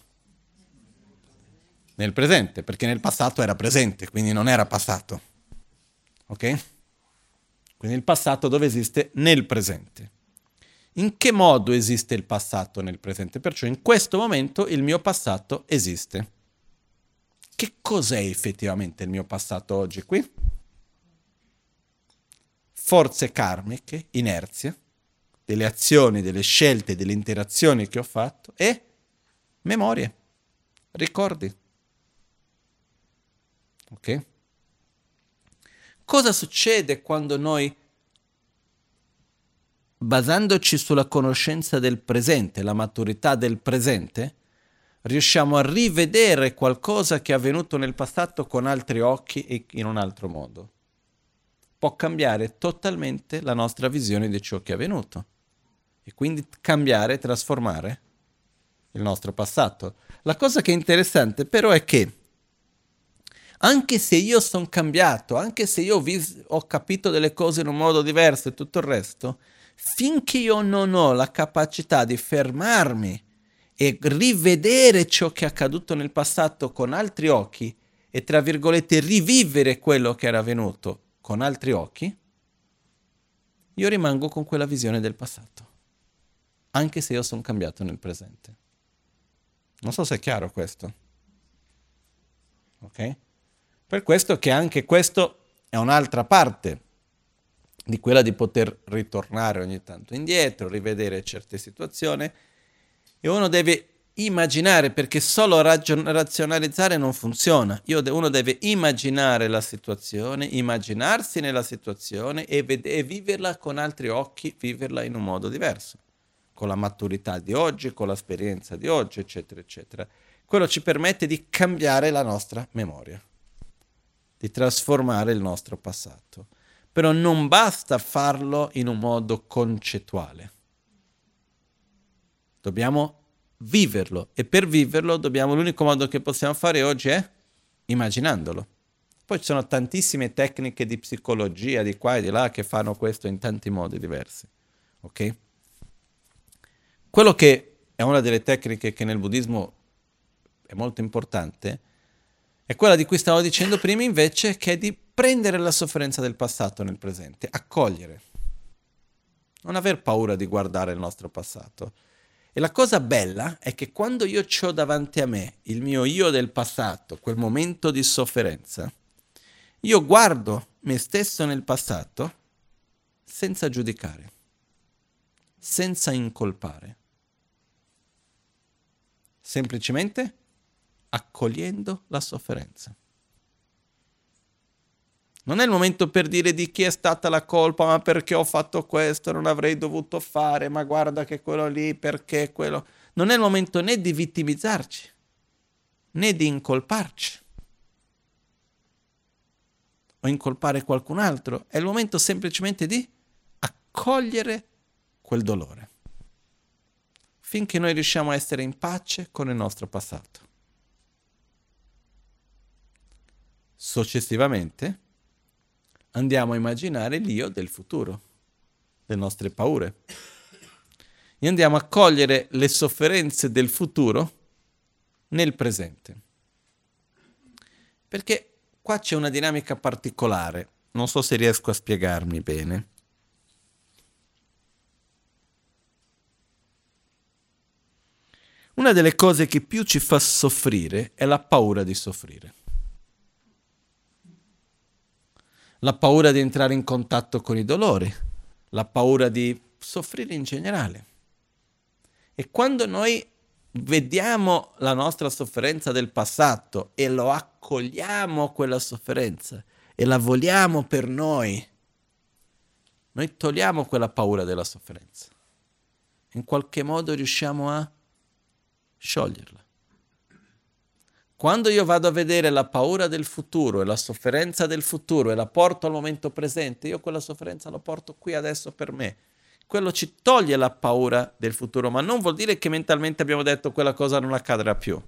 Nel presente, perché nel passato era presente, quindi non era passato. Ok? Quindi il passato dove esiste? Nel presente. In che modo esiste il passato nel presente? Perciò in questo momento il mio passato esiste. Che cos'è effettivamente il mio passato oggi qui? Forze karmiche, inerzia, delle azioni, delle scelte, delle interazioni che ho fatto e memorie, ricordi. Ok? Cosa succede quando noi, basandoci sulla conoscenza del presente, la maturità del presente, riusciamo a rivedere qualcosa che è avvenuto nel passato con altri occhi e in un altro modo? Può cambiare totalmente la nostra visione di ciò che è avvenuto e quindi cambiare, trasformare il nostro passato. La cosa che è interessante però è che anche se io sono cambiato, anche se io ho capito delle cose in un modo diverso e tutto il resto, finché io non ho la capacità di fermarmi e rivedere ciò che è accaduto nel passato con altri occhi e, tra virgolette, rivivere quello che era avvenuto con altri occhi, io rimango con quella visione del passato, anche se io sono cambiato nel presente. Non so se è chiaro questo. Ok? Per questo che anche questo è un'altra parte di quella di poter ritornare ogni tanto indietro, rivedere certe situazioni, e uno deve immaginare, perché solo razionalizzare non funziona. Uno deve immaginare la situazione, immaginarsi nella situazione e viverla con altri occhi, viverla in un modo diverso, con la maturità di oggi, con l'esperienza di oggi, eccetera, eccetera. Quello ci permette di cambiare la nostra memoria, di trasformare il nostro passato. Però non basta farlo in un modo concettuale. Dobbiamo viverlo e per viverlo l'unico modo che possiamo fare oggi è immaginandolo. Poi ci sono tantissime tecniche di psicologia di qua e di là che fanno questo in tanti modi diversi. Ok? Quello che è una delle tecniche che nel buddismo è molto importante è quella di cui stavo dicendo prima invece, che è di prendere la sofferenza del passato nel presente, accogliere. Non aver paura di guardare il nostro passato. E la cosa bella è che quando io ho davanti a me il mio io del passato, quel momento di sofferenza, io guardo me stesso nel passato senza giudicare, senza incolpare, semplicemente accogliendo la sofferenza. Non è il momento per dire di chi è stata la colpa, ma perché ho fatto questo, non avrei dovuto fare, ma guarda che quello lì, perché quello... Non è il momento né di vittimizzarci, né di incolparci o incolpare qualcun altro. È il momento semplicemente di accogliere quel dolore, finché noi riusciamo a essere in pace con il nostro passato. Successivamente andiamo a immaginare l'io del futuro, le nostre paure. E andiamo a cogliere le sofferenze del futuro nel presente. Perché qua c'è una dinamica particolare, non so se riesco a spiegarmi bene. Una delle cose che più ci fa soffrire è la paura di soffrire. La paura di entrare in contatto con i dolori, la paura di soffrire in generale. E quando noi vediamo la nostra sofferenza del passato e lo accogliamo quella sofferenza e la vogliamo per noi togliamo quella paura della sofferenza. In qualche modo riusciamo a scioglierla. Quando io vado a vedere la paura del futuro e la sofferenza del futuro e la porto al momento presente, io quella sofferenza la porto qui adesso per me. Quello ci toglie la paura del futuro, ma non vuol dire che mentalmente abbiamo detto quella cosa non accadrà più.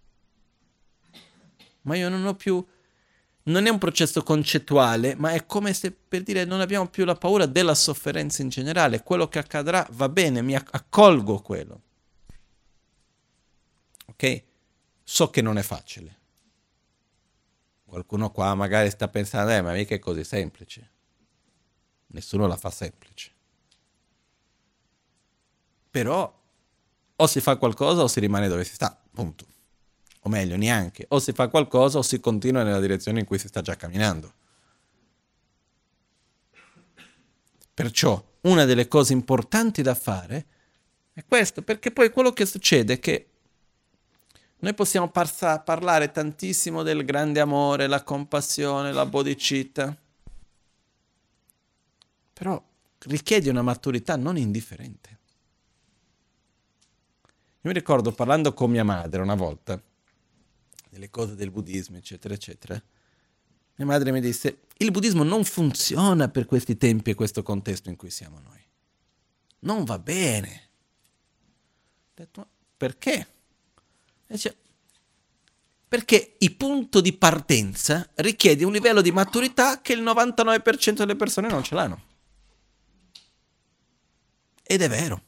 Ma io non ho più, non è un processo concettuale, ma è come se per dire non abbiamo più la paura della sofferenza in generale. Quello che accadrà va bene, mi accolgo quello. Ok? So che non è facile. Qualcuno qua magari sta pensando, ma mica è così semplice. Nessuno la fa semplice. Però o si fa qualcosa o si rimane dove si sta, punto. O meglio, neanche. O si fa qualcosa o si continua nella direzione in cui si sta già camminando. Perciò una delle cose importanti da fare è questo, perché poi quello che succede è che noi possiamo parlare tantissimo del grande amore, la compassione, la bodhicitta, però richiede una maturità non indifferente. Io mi ricordo parlando con mia madre una volta, delle cose del buddismo, eccetera, eccetera, mia madre mi disse, il buddismo non funziona per questi tempi e questo contesto in cui siamo noi. Non va bene. Ho detto, perché? Dice, perché il punto di partenza richiede un livello di maturità che il 99% delle persone non ce l'hanno. Ed è vero.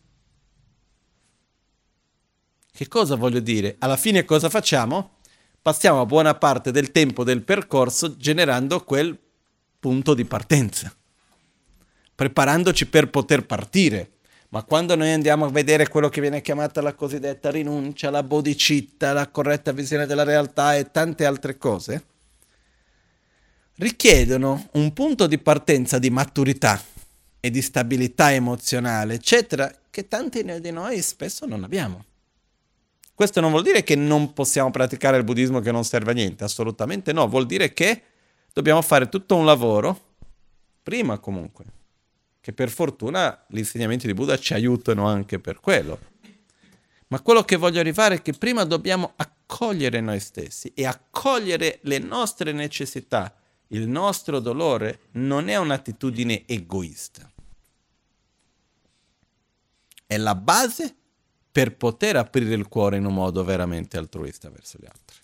Che cosa voglio dire? Alla fine cosa facciamo? Passiamo buona parte del tempo del percorso generando quel punto di partenza, preparandoci per poter partire. Ma quando noi andiamo a vedere quello che viene chiamata la cosiddetta rinuncia, la bodhicitta, la corretta visione della realtà e tante altre cose, richiedono un punto di partenza di maturità e di stabilità emozionale, eccetera, che tanti di noi spesso non abbiamo. Questo non vuol dire che non possiamo praticare il buddismo che non serve a niente, assolutamente no, vuol dire che dobbiamo fare tutto un lavoro, prima comunque, che per fortuna gli insegnamenti di Buddha ci aiutano anche per quello. Ma quello che voglio arrivare è che prima dobbiamo accogliere noi stessi e accogliere le nostre necessità. Il nostro dolore non è un'attitudine egoista. È la base per poter aprire il cuore in un modo veramente altruista verso gli altri.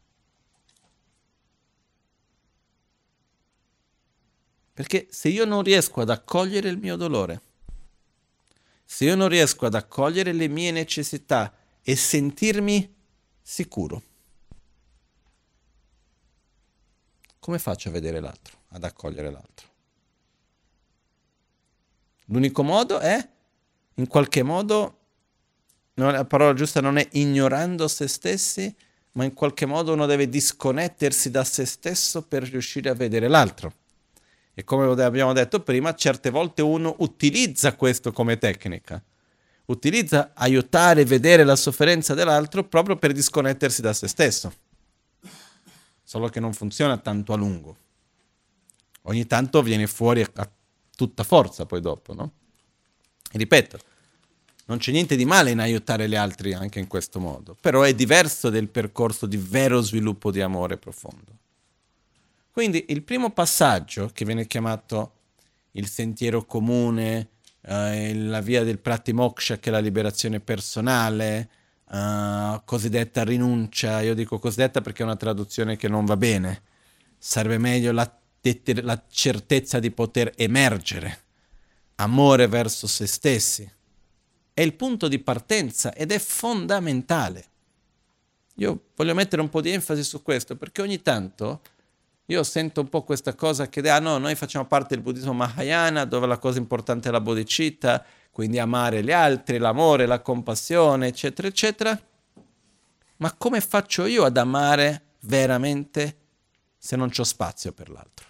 Perché se io non riesco ad accogliere il mio dolore, se io non riesco ad accogliere le mie necessità e sentirmi sicuro, come faccio a vedere l'altro, ad accogliere l'altro? L'unico modo è, in qualche modo, la parola giusta non è ignorando se stessi, ma in qualche modo uno deve disconnettersi da se stesso per riuscire a vedere l'altro. E come abbiamo detto prima, certe volte uno utilizza questo come tecnica. Utilizza aiutare a vedere la sofferenza dell'altro proprio per disconnettersi da se stesso. Solo che non funziona tanto a lungo. Ogni tanto viene fuori a tutta forza poi dopo, no? E ripeto, Non c'è niente di male in aiutare gli altri anche in questo modo, però è diverso del percorso di vero sviluppo di amore profondo. Quindi il primo passaggio, che viene chiamato il sentiero comune, la via del pratimoksha, che è la liberazione personale, cosiddetta rinuncia, io dico cosiddetta perché è una traduzione che non va bene, sarebbe meglio la certezza di poter emergere, amore verso se stessi, è il punto di partenza ed è fondamentale. Io voglio mettere un po' di enfasi su questo perché ogni tanto io sento un po' questa cosa che no, noi facciamo parte del buddismo Mahayana dove la cosa importante è la bodhicitta, quindi amare gli altri, l'amore, la compassione, eccetera, eccetera. Ma come faccio io ad amare veramente se non c'ho spazio per l'altro?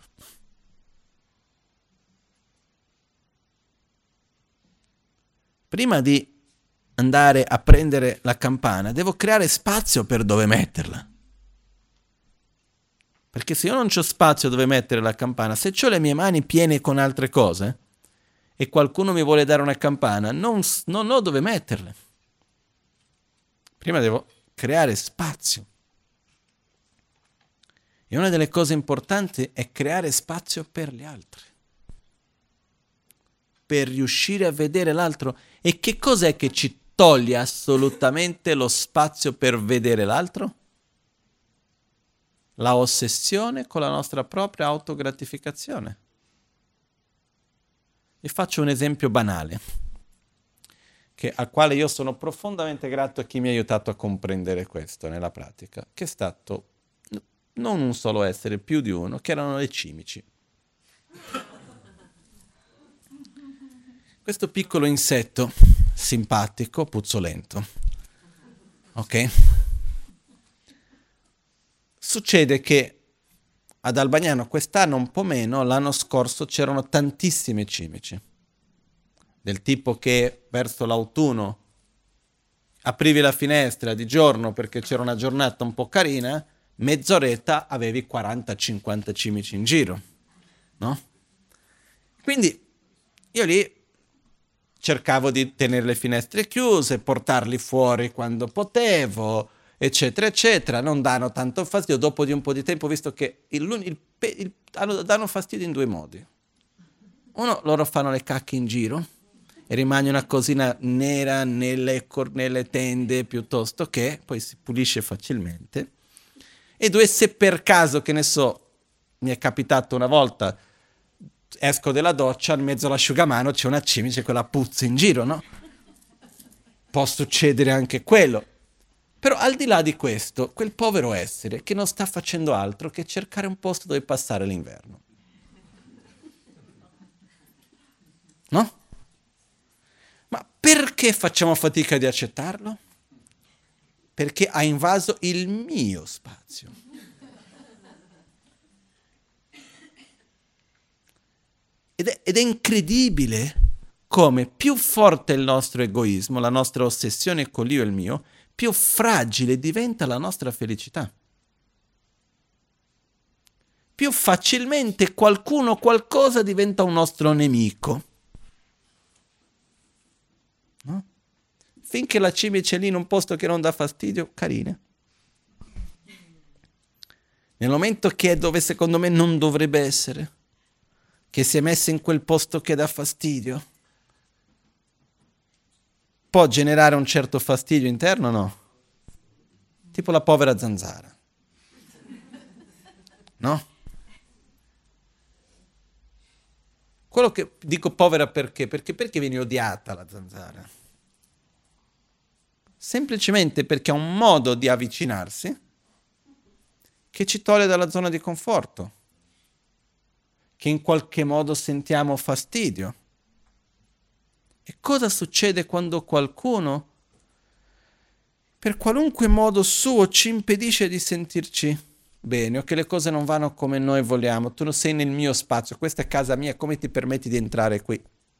Prima di andare a prendere la campana, devo creare spazio per dove metterla. Perché se io non c'ho spazio dove mettere la campana, se ho le mie mani piene con altre cose e qualcuno mi vuole dare una campana, non ho dove metterle. Prima devo creare spazio. E una delle cose importanti è creare spazio per gli altri. Per riuscire a vedere l'altro. E che cos'è che ci toglie assolutamente lo spazio per vedere l'altro? La ossessione con la nostra propria autogratificazione. Vi faccio un esempio banale, al quale io sono profondamente grato a chi mi ha aiutato a comprendere questo nella pratica, che è stato non un solo essere, più di uno, che erano le cimici. Questo piccolo insetto, simpatico, puzzolento, ok? Succede che ad Albagnano quest'anno un po' meno, l'anno scorso c'erano tantissime cimici, del tipo che verso l'autunno aprivi la finestra di giorno perché c'era una giornata un po' carina, mezz'oretta avevi 40-50 cimici in giro, no? Quindi io lì cercavo di tenere le finestre chiuse, portarli fuori quando potevo, eccetera, eccetera. Non danno tanto fastidio. Dopo di un po' di tempo ho visto che danno fastidio in due modi. Uno, loro fanno le cacche in giro e rimane una cosina nera nelle tende piuttosto che, poi si pulisce facilmente. E due, se per caso, che ne so, mi è capitato una volta, esco dalla doccia, in mezzo all'asciugamano c'è una cimice, quella puzza in giro, no? Può succedere anche quello. Però al di là di questo, quel povero essere che non sta facendo altro che cercare un posto dove passare l'inverno. No? Ma perché facciamo fatica di accettarlo? Perché ha invaso il mio spazio. Ed è incredibile come più forte è il nostro egoismo, la nostra ossessione con l'io e il mio, più fragile diventa la nostra felicità. Più facilmente qualcuno o qualcosa diventa un nostro nemico. No? Finché la cimice è lì in un posto che non dà fastidio, carina. Nel momento che è dove secondo me non dovrebbe essere, che si è messa in quel posto che dà fastidio, può generare un certo fastidio interno, no? Tipo la povera zanzara. No? Quello che dico povera perché? Perché viene odiata la zanzara? Semplicemente perché ha un modo di avvicinarsi che ci toglie dalla zona di conforto, che in qualche modo sentiamo fastidio. E cosa succede quando qualcuno, per qualunque modo suo, ci impedisce di sentirci bene o che le cose non vanno come noi vogliamo? Tu non sei nel mio spazio, questa è casa mia, come ti permetti di entrare qui?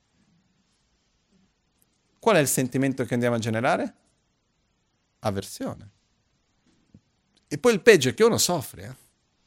Qual è il sentimento che andiamo a generare? Avversione. E poi il peggio è che uno soffre,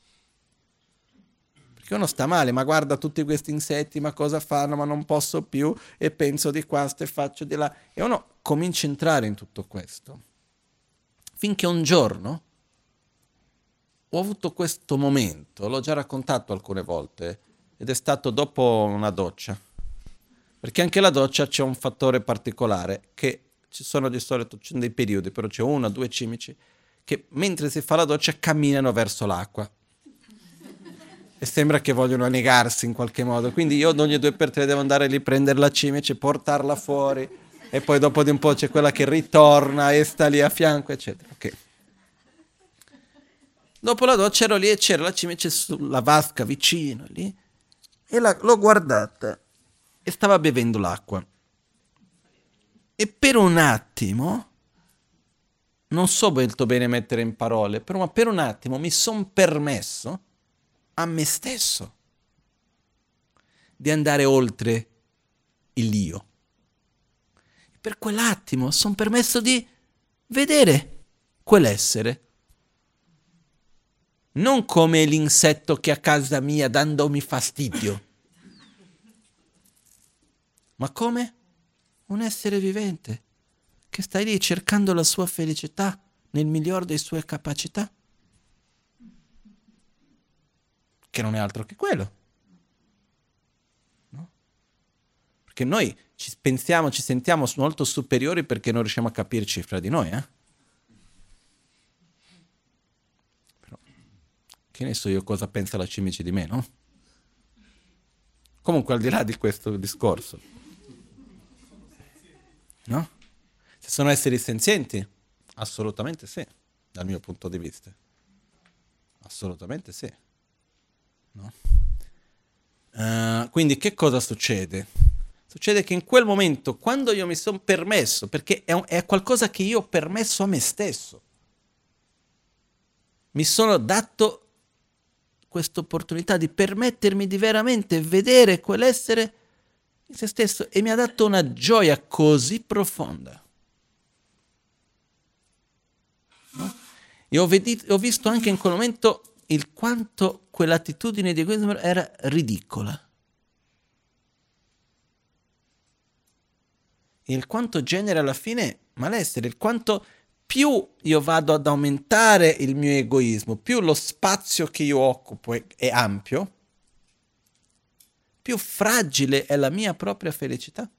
Perché uno sta male, ma guarda tutti questi insetti, ma cosa fanno, ma non posso più, e penso di qua, e faccio di là. E uno cominci a entrare in tutto questo. Finché un giorno ho avuto questo momento, l'ho già raccontato alcune volte, ed è stato dopo una doccia. Perché anche la doccia c'è un fattore particolare, che ci sono di solito dei periodi, però c'è 1 o 2 cimici che mentre si fa la doccia camminano verso l'acqua. E sembra che vogliono annegarsi in qualche modo. Quindi io ogni 2 per 3 devo andare lì, prendere la cimice, portarla fuori, e poi dopo di un po' c'è quella che ritorna e sta lì a fianco, eccetera. Ok. Dopo la doccia ero lì e c'era la cimice sulla vasca vicino lì, e l'ho guardata e stava bevendo l'acqua. E per un attimo, non so molto bene mettere in parole, però ma per un attimo mi son permesso a me stesso di andare oltre il io. Per quell'attimo son permesso di vedere quell'essere. Non come l'insetto che a casa mia dandomi fastidio, ma come un essere vivente che sta lì cercando la sua felicità nel miglior delle sue capacità, che non è altro che quello. No? Perché noi ci pensiamo, ci sentiamo molto superiori perché non riusciamo a capirci fra di noi, Però, che ne so io cosa pensa la cimice di me, no? Comunque, al di là di questo discorso, no? Se sono esseri senzienti? Assolutamente sì, dal mio punto di vista. Assolutamente sì. No? Quindi che cosa succede? Succede che in quel momento, quando io mi sono permesso, perché è qualcosa che io ho permesso a me stesso, mi sono dato questa opportunità di permettermi di veramente vedere quell'essere in se stesso, e mi ha dato una gioia così profonda. No? E ho visto anche in quel momento il quanto quell'attitudine di egoismo era ridicola. E il quanto genera alla fine malessere, il quanto più io vado ad aumentare il mio egoismo, più lo spazio che io occupo è ampio, più fragile è la mia propria felicità.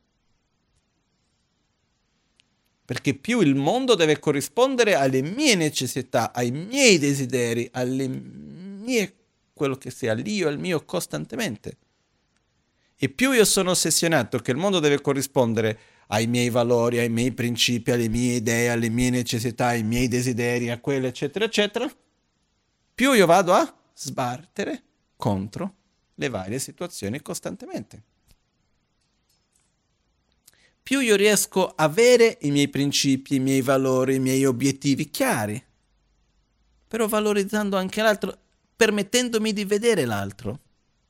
Perché più il mondo deve corrispondere alle mie necessità, ai miei desideri, alle mie, quello che sia, all'io, al mio costantemente. E più io sono ossessionato che il mondo deve corrispondere ai miei valori, ai miei principi, alle mie idee, alle mie necessità, ai miei desideri, a quello, eccetera, eccetera, più io vado a sbattere contro le varie situazioni costantemente. Più io riesco a avere i miei principi, i miei valori, i miei obiettivi chiari, però valorizzando anche l'altro, permettendomi di vedere l'altro.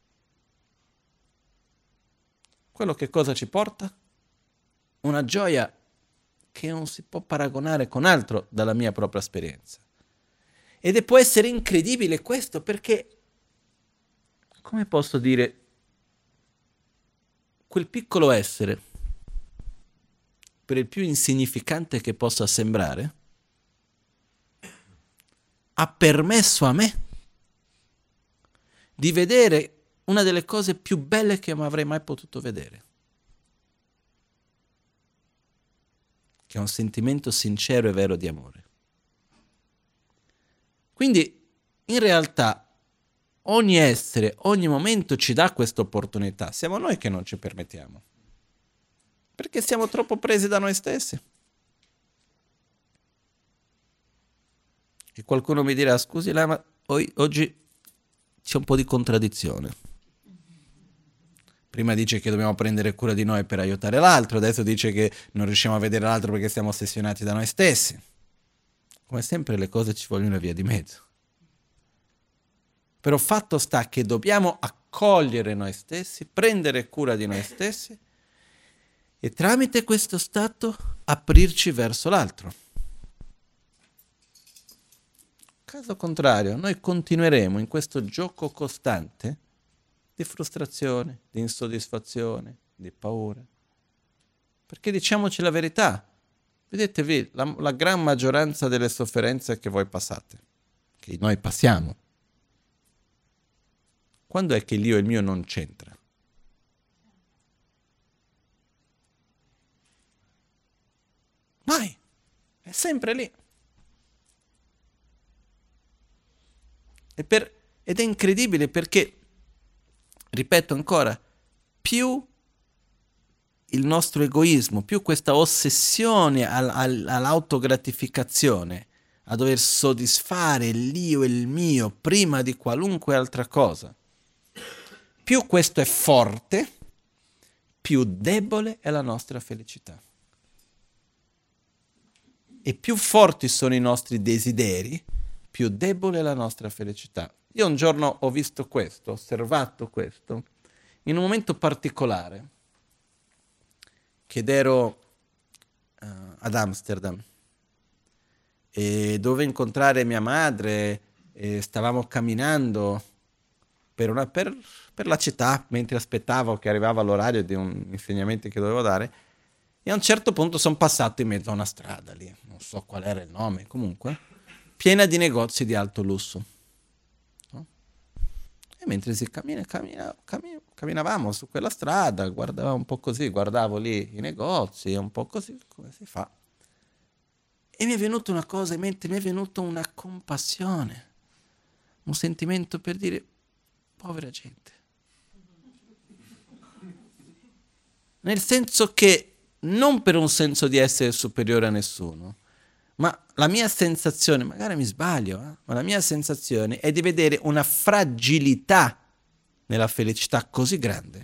Quello che cosa ci porta? Una gioia che non si può paragonare con altro dalla mia propria esperienza. Ed può essere incredibile questo perché, come posso dire, quel piccolo essere, per il più insignificante che possa sembrare, ha permesso a me di vedere una delle cose più belle che avrei mai potuto vedere. Che è un sentimento sincero e vero di amore. Quindi, in realtà, ogni essere, ogni momento ci dà questa opportunità. Siamo noi che non ci permettiamo. Perché siamo troppo presi da noi stessi. E qualcuno mi dirà, scusi Lama, oggi c'è un po' di contraddizione. Prima dice che dobbiamo prendere cura di noi per aiutare l'altro, adesso dice che non riusciamo a vedere l'altro perché siamo ossessionati da noi stessi. Come sempre le cose ci vogliono una via di mezzo. Però fatto sta che dobbiamo accogliere noi stessi, prendere cura di noi stessi e tramite questo stato aprirci verso l'altro. Caso contrario, noi continueremo in questo gioco costante di frustrazione, di insoddisfazione, di paura. Perché diciamoci la verità, Vedetevi, la gran maggioranza delle sofferenze che voi passate, che noi passiamo, quando è che l'io e il mio non c'entra? Mai, è sempre lì. Ed è incredibile perché, ripeto ancora, più il nostro egoismo, più questa ossessione all'autogratificazione, a dover soddisfare l'io e il mio prima di qualunque altra cosa, più questo è forte, più debole è la nostra felicità. E più forti sono i nostri desideri, più debole è la nostra felicità. Io un giorno ho visto questo, ho osservato questo, in un momento particolare, che ero ad Amsterdam, e dovevo incontrare mia madre, e stavamo camminando per la città, mentre aspettavo che arrivava l'orario di un insegnamento che dovevo dare, e a un certo punto sono passato in mezzo a una strada lì, non so qual era il nome, comunque, piena di negozi di alto lusso. No? E mentre si camminavamo su quella strada, guardavo un po' così, guardavo lì i negozi, un po' così, come si fa. E mi è venuta una cosa in mente, mi è venuta una compassione, un sentimento per dire, povera gente. Nel senso che, non per un senso di essere superiore a nessuno, ma la mia sensazione, magari mi sbaglio, ma la mia sensazione è di vedere una fragilità nella felicità così grande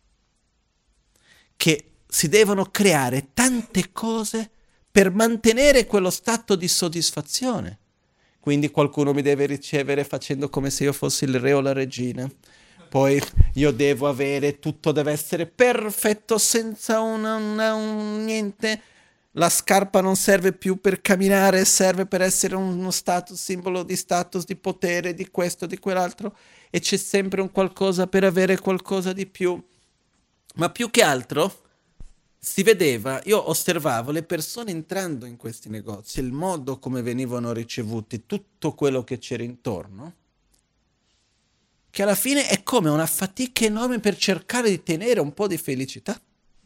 che si devono creare tante cose per mantenere quello stato di soddisfazione. Quindi qualcuno mi deve ricevere facendo come se io fossi il re o la regina. Poi io devo avere, tutto deve essere perfetto senza un niente. La scarpa non serve più per camminare, serve per essere uno status, simbolo di status, di potere, di questo, di quell'altro. E c'è sempre un qualcosa per avere qualcosa di più. Ma più che altro si vedeva, io osservavo le persone entrando in questi negozi, il modo come venivano ricevuti, tutto quello che c'era intorno, che alla fine è come una fatica enorme per cercare di tenere un po' di felicità.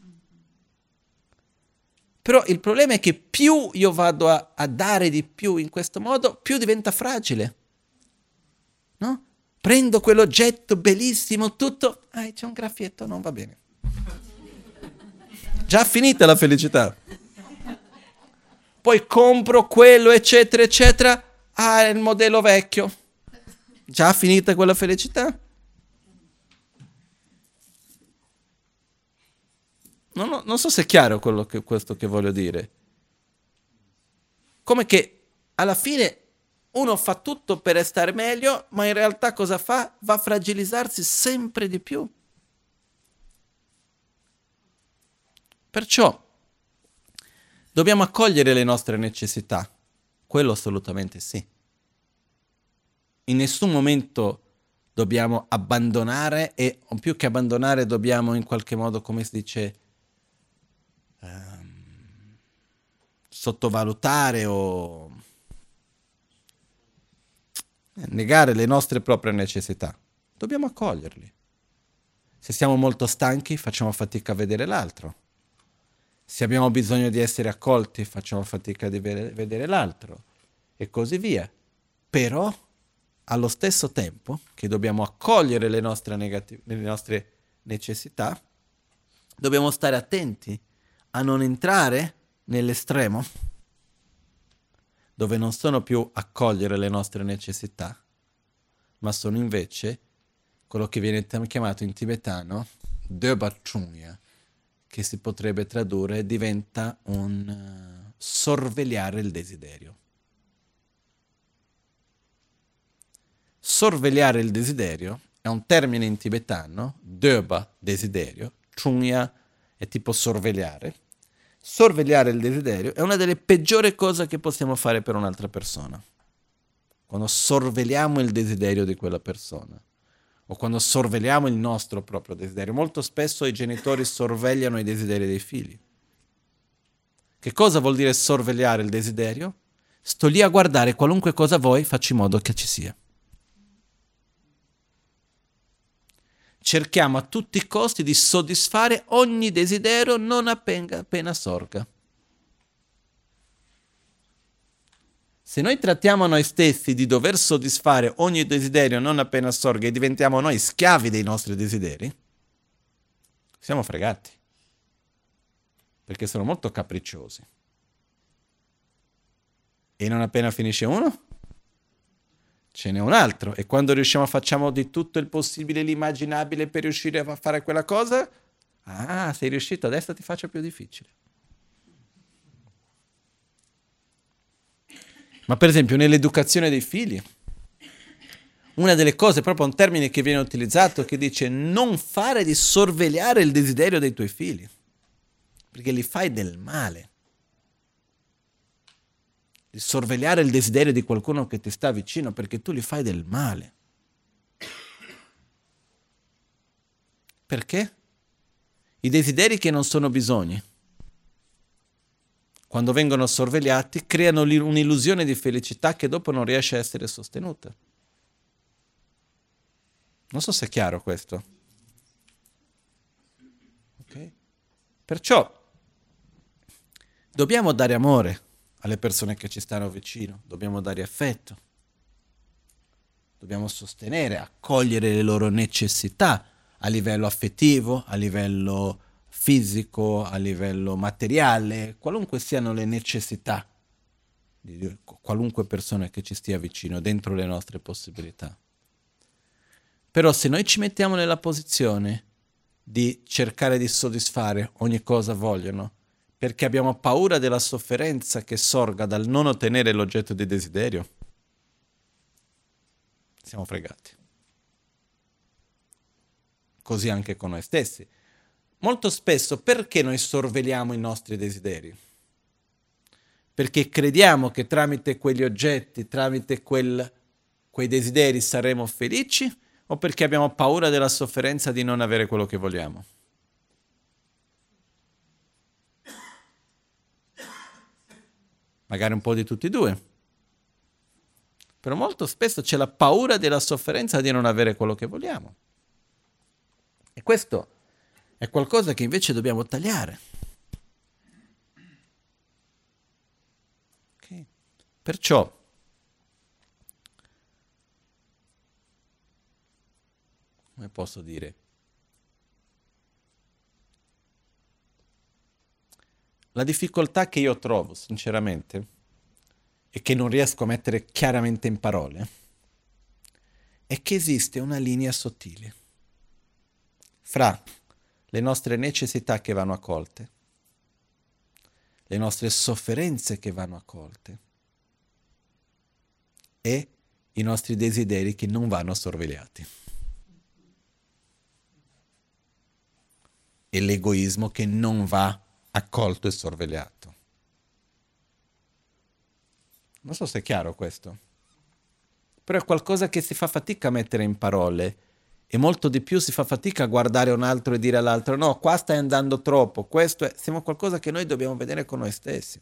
Però il problema è che più io vado a dare di più in questo modo, più diventa fragile. No? Prendo quell'oggetto bellissimo, tutto, c'è un graffietto, non va bene. Già finita la felicità. Poi compro quello, eccetera, eccetera, è il modello vecchio. Già finita quella felicità? Non so se è chiaro questo che voglio dire. Come che alla fine uno fa tutto per stare meglio, ma in realtà cosa fa? Va a fragilizzarsi sempre di più. Perciò dobbiamo accogliere le nostre necessità. Quello assolutamente sì. In nessun momento dobbiamo abbandonare e più che abbandonare dobbiamo in qualche modo, come si dice, sottovalutare o negare le nostre proprie necessità. Dobbiamo accoglierli. Se siamo molto stanchi facciamo fatica a vedere l'altro. Se abbiamo bisogno di essere accolti facciamo fatica di vedere l'altro e così via. Però allo stesso tempo che dobbiamo accogliere le nostre necessità, dobbiamo stare attenti a non entrare nell'estremo, dove non sono più accogliere le nostre necessità, ma sono invece quello che viene chiamato in tibetano Döba-Chungya, che si potrebbe tradurre, diventa un sorvegliare il desiderio. Sorvegliare il desiderio è un termine in tibetano, Döba, desiderio, Chungya è tipo sorvegliare. Sorvegliare il desiderio è una delle peggiori cose che possiamo fare per un'altra persona. Quando sorvegliamo il desiderio di quella persona o quando sorvegliamo il nostro proprio desiderio. Molto spesso i genitori sorvegliano i desideri dei figli. Che cosa vuol dire sorvegliare il desiderio? Sto lì a guardare qualunque cosa vuoi, faccio in modo che ci sia. Cerchiamo a tutti i costi di soddisfare ogni desiderio non appena sorga. Se noi trattiamo noi stessi di dover soddisfare ogni desiderio non appena sorga e diventiamo noi schiavi dei nostri desideri, siamo fregati. Perché sono molto capricciosi. E non appena finisce uno, ce n'è un altro. E quando riusciamo facciamo di tutto il possibile, l'immaginabile per riuscire a fare quella cosa. Ah, sei riuscito, adesso ti faccio più difficile. Ma per esempio nell'educazione dei figli, una delle cose, proprio un termine che viene utilizzato, che dice non fare di sorvegliare il desiderio dei tuoi figli, perché li fai del male. Di sorvegliare il desiderio di qualcuno che ti sta vicino, perché tu li fai del male. Perché? I desideri che non sono bisogni, quando vengono sorvegliati, creano un'illusione di felicità che dopo non riesce a essere sostenuta. Non so se è chiaro questo. Okay? Perciò dobbiamo dare amore alle persone che ci stanno vicino, dobbiamo dare affetto, dobbiamo sostenere, accogliere le loro necessità a livello affettivo, a livello fisico, a livello materiale, qualunque siano le necessità di qualunque persona che ci stia vicino, dentro le nostre possibilità. Però se noi ci mettiamo nella posizione di cercare di soddisfare ogni cosa vogliono, perché abbiamo paura della sofferenza che sorga dal non ottenere l'oggetto di desiderio, siamo fregati. Così anche con noi stessi. Molto spesso perché noi sorveliamo i nostri desideri? Perché crediamo che tramite quegli oggetti, tramite quei desideri saremo felici, o perché abbiamo paura della sofferenza di non avere quello che vogliamo? Magari un po' di tutti e due. Però molto spesso c'è la paura della sofferenza di non avere quello che vogliamo. E questo è qualcosa che invece dobbiamo tagliare. Okay. Perciò come posso dire? La difficoltà che io trovo, sinceramente, e che non riesco a mettere chiaramente in parole, è che esiste una linea sottile fra le nostre necessità che vanno accolte, le nostre sofferenze che vanno accolte e i nostri desideri che non vanno sorvegliati. E l'egoismo che non va accolto e sorvegliato. Non so se è chiaro questo. Però è qualcosa che si fa fatica a mettere in parole e molto di più si fa fatica a guardare un altro e dire all'altro no, qua stai andando troppo, questo è... Siamo qualcosa che noi dobbiamo vedere con noi stessi.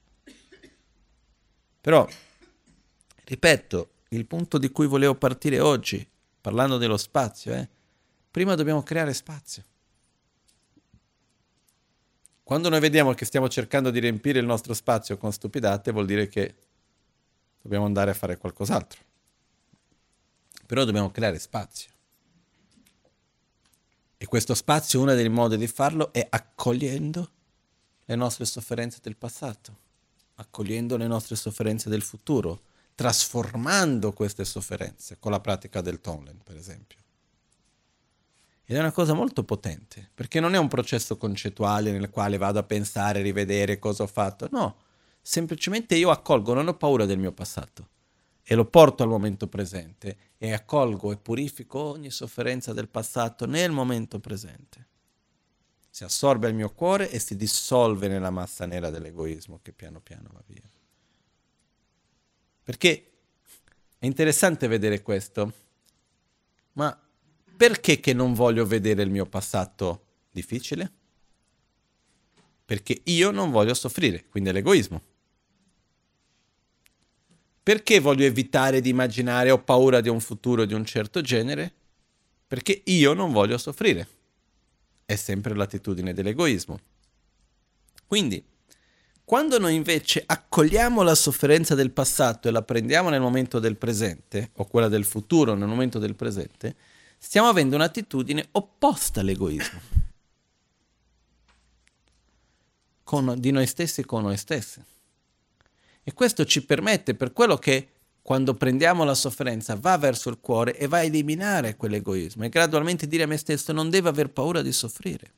Però, ripeto, il punto di cui volevo partire oggi, parlando dello spazio, prima dobbiamo creare spazio. Quando noi vediamo che stiamo cercando di riempire il nostro spazio con stupidate, vuol dire che dobbiamo andare a fare qualcos'altro. Però dobbiamo creare spazio. E questo spazio, uno dei modi di farlo è accogliendo le nostre sofferenze del passato, accogliendo le nostre sofferenze del futuro, trasformando queste sofferenze con la pratica del Tonglen, per esempio. Ed è una cosa molto potente, perché non è un processo concettuale nel quale vado a pensare, rivedere cosa ho fatto. No, semplicemente io accolgo, non ho paura del mio passato e lo porto al momento presente e accolgo e purifico ogni sofferenza del passato nel momento presente. Si assorbe al mio cuore e si dissolve nella massa nera dell'egoismo che piano piano va via. Perché è interessante vedere questo, ma perché che non voglio vedere il mio passato difficile? Perché io non voglio soffrire, quindi è l'egoismo. Perché voglio evitare di immaginare, ho paura di un futuro di un certo genere? Perché io non voglio soffrire. È sempre l'attitudine dell'egoismo. Quindi, quando noi invece accogliamo la sofferenza del passato e la prendiamo nel momento del presente, o quella del futuro nel momento del presente, stiamo avendo un'attitudine opposta all'egoismo. Di noi stessi con noi stessi. E questo ci permette, per quello che quando prendiamo la sofferenza va verso il cuore e va a eliminare quell'egoismo e gradualmente dire a me stesso non devo aver paura di soffrire.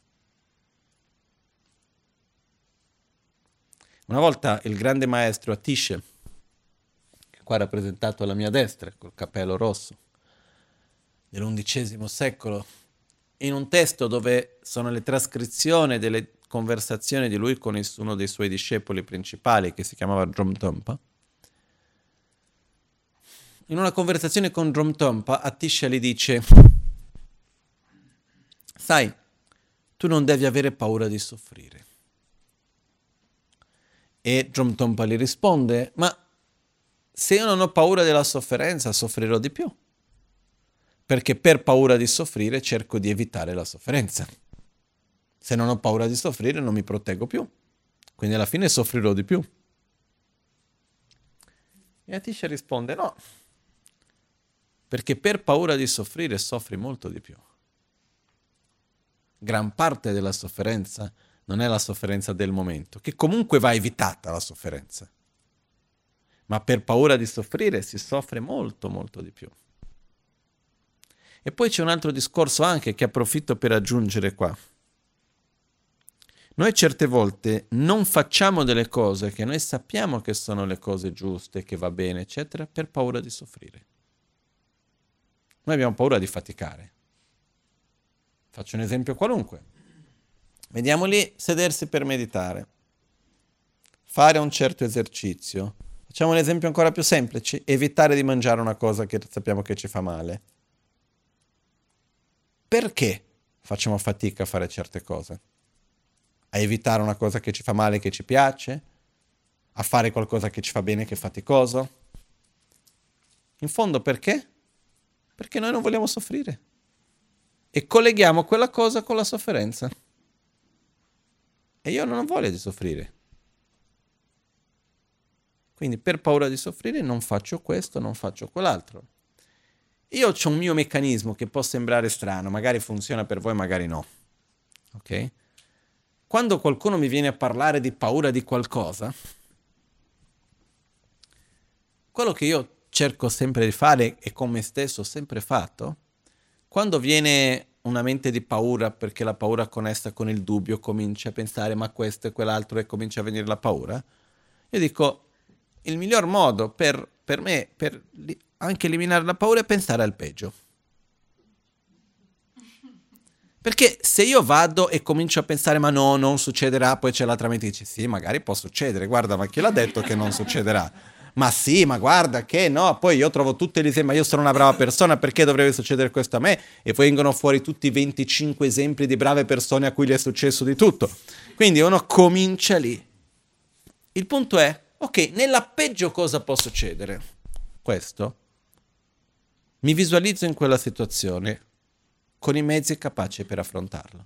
Una volta il grande maestro Atisce, che qua è rappresentato alla mia destra, col cappello rosso, dell'XI secolo, in un testo dove sono le trascrizioni delle conversazioni di lui con uno dei suoi discepoli principali, che si chiamava Dromtonpa. In una conversazione con Dromtonpa, Atisha gli dice: sai, tu non devi avere paura di soffrire. E Dromtonpa gli risponde: ma se io non ho paura della sofferenza, soffrirò di più. Perché per paura di soffrire cerco di evitare la sofferenza. Se non ho paura di soffrire non mi proteggo più. Quindi alla fine soffrirò di più. E Atisha risponde: no. Perché per paura di soffrire soffri molto di più. Gran parte della sofferenza non è la sofferenza del momento, che comunque va evitata la sofferenza. Ma per paura di soffrire si soffre molto, molto di più. E poi c'è un altro discorso anche che approfitto per aggiungere qua. Noi certe volte non facciamo delle cose che noi sappiamo che sono le cose giuste, che va bene, eccetera, per paura di soffrire. Noi abbiamo paura di faticare. Faccio un esempio qualunque. Vediamo lì sedersi per meditare, fare un certo esercizio. Facciamo un esempio ancora più semplice: evitare di mangiare una cosa che sappiamo che ci fa male. Perché facciamo fatica a fare certe cose? A evitare una cosa che ci fa male, che ci piace? A fare qualcosa che ci fa bene, che è faticoso? In fondo perché? Perché noi non vogliamo soffrire. E colleghiamo quella cosa con la sofferenza. E io non ho voglia di soffrire. Quindi per paura di soffrire non faccio questo, non faccio quell'altro. Io ho un mio meccanismo che può sembrare strano, magari funziona per voi, magari no. Ok? Quando qualcuno mi viene a parlare di paura di qualcosa, quello che io cerco sempre di fare e con me stesso ho sempre fatto, quando viene una mente di paura, perché la paura connessa con il dubbio, comincia a pensare ma questo e quell'altro e comincia a venire la paura, io dico il miglior modo per me, per anche eliminare la paura, è pensare al peggio. Perché se io vado e comincio a pensare ma no, non succederà, poi c'è l'altra mente che dice sì, magari può succedere, guarda, ma chi l'ha detto che non succederà? Ma sì, ma guarda che no, poi io trovo tutti gli esempi, ma io sono una brava persona, perché dovrebbe succedere questo a me? E poi vengono fuori tutti i 25 esempi di brave persone a cui gli è successo di tutto. Quindi uno comincia lì. Il punto è, ok, nella peggio cosa può succedere? Questo. Mi visualizzo in quella situazione con i mezzi capaci per affrontarlo.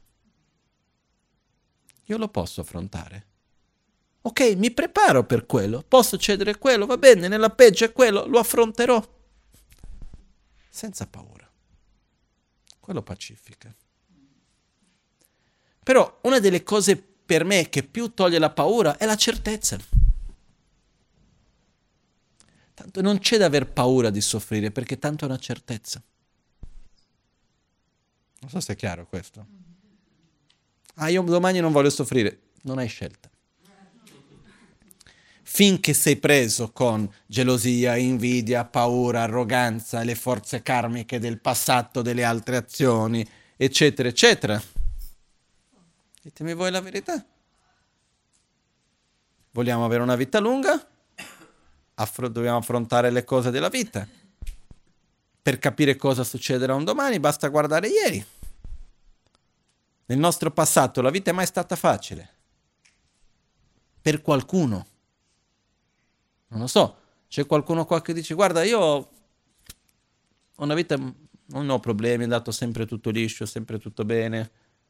Io lo posso affrontare. Ok, mi preparo per quello, può succedere quello, va bene, nella peggio è quello, lo affronterò. Senza paura. Quello pacifica. Però una delle cose per me che più toglie la paura è la certezza. Tanto non c'è da aver paura di soffrire, perché tanto è una certezza. Non so se è chiaro questo. Ah, io domani non voglio soffrire. Non hai scelta. Finché sei preso con gelosia, invidia, paura, arroganza, le forze karmiche del passato, delle altre azioni, eccetera, eccetera. Ditemi voi la verità. Vogliamo avere una vita lunga? Dobbiamo affrontare le cose della vita. Per capire cosa succederà un domani basta guardare ieri. Nel nostro passato la vita è mai stata facile? per qualcuno. Non lo so, c'è qualcuno qua che dice guarda io ho una vita, non ho problemi, è andato sempre tutto liscio, sempre tutto bene.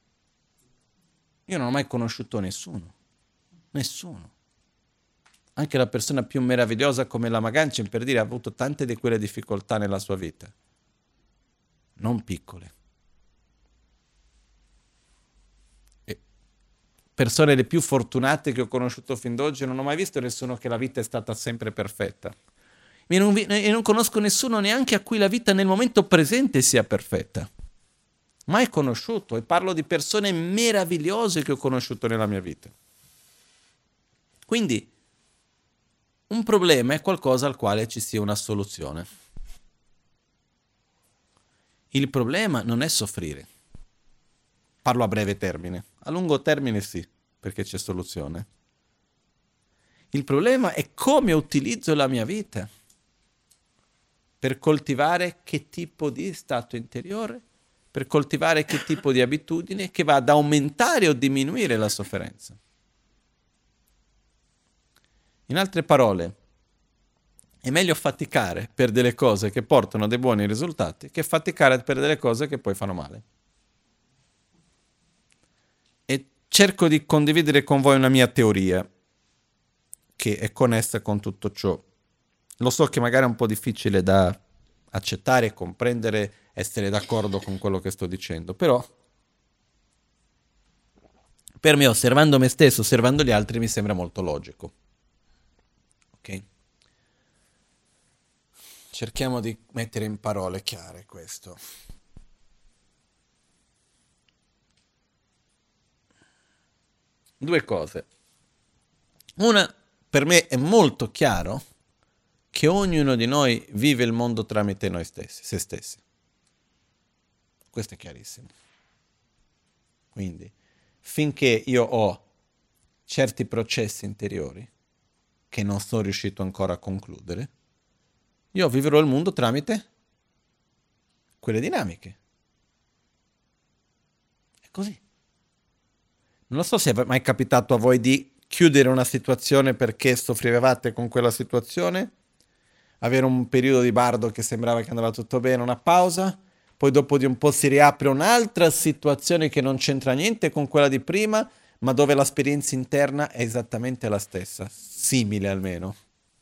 Io non ho mai conosciuto nessuno. Nessuno. Anche la persona più meravigliosa come la Magancia, per dire, ha avuto tante di quelle difficoltà nella sua vita. Non piccole. E persone le più fortunate che ho conosciuto fin d'oggi, non ho mai visto nessuno che la vita è stata sempre perfetta. E non conosco nessuno neanche a cui la vita nel momento presente sia perfetta. Mai conosciuto. E parlo di persone meravigliose che ho conosciuto nella mia vita. Quindi, un problema è qualcosa al quale ci sia una soluzione. Il problema non è soffrire. Parlo a breve termine. A lungo termine sì, perché c'è soluzione. Il problema è come utilizzo la mia vita per coltivare che tipo di stato interiore, per coltivare che tipo di abitudine che va ad aumentare o diminuire la sofferenza. In altre parole, è meglio faticare per delle cose che portano a dei buoni risultati che faticare per delle cose che poi fanno male. E cerco di condividere con voi una mia teoria che è connessa con tutto ciò. Lo so che magari è un po' difficile da accettare, comprendere, essere d'accordo con quello che sto dicendo, però per me, osservando me stesso, osservando gli altri, mi sembra molto logico. Ok? Cerchiamo di mettere in parole chiare questo. Due cose. Una, per me è molto chiaro che ognuno di noi vive il mondo tramite noi stessi, se stessi. Questo è chiarissimo. Quindi, finché io ho certi processi interiori che non sono riuscito ancora a concludere, io vivrò il mondo tramite quelle dinamiche. È così. Non lo so se è mai capitato a voi di chiudere una situazione perché soffrivate con quella situazione, avere un periodo di bardo che sembrava che andava tutto bene, una pausa, poi dopo di un po' si riapre un'altra situazione che non c'entra niente con quella di prima, ma dove l'esperienza interna è esattamente la stessa, simile almeno.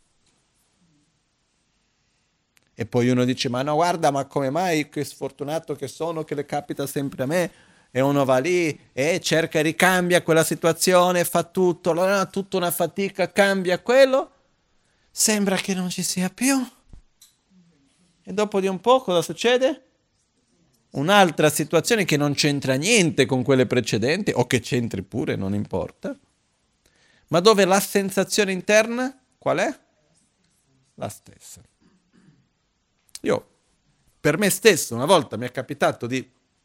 E poi uno dice, ma no, guarda, ma come mai, che sfortunato che sono, che le capita sempre a me? E uno va lì e cerca, ricambia quella situazione, fa tutto, tutta una fatica, cambia quello, sembra che non ci sia più. E dopo di un po' cosa succede? Un'altra situazione che non c'entra niente con quelle precedenti, o che c'entri pure, non importa, ma dove la sensazione interna, qual è? La stessa. Io, per me stesso, una volta mi è capitato di...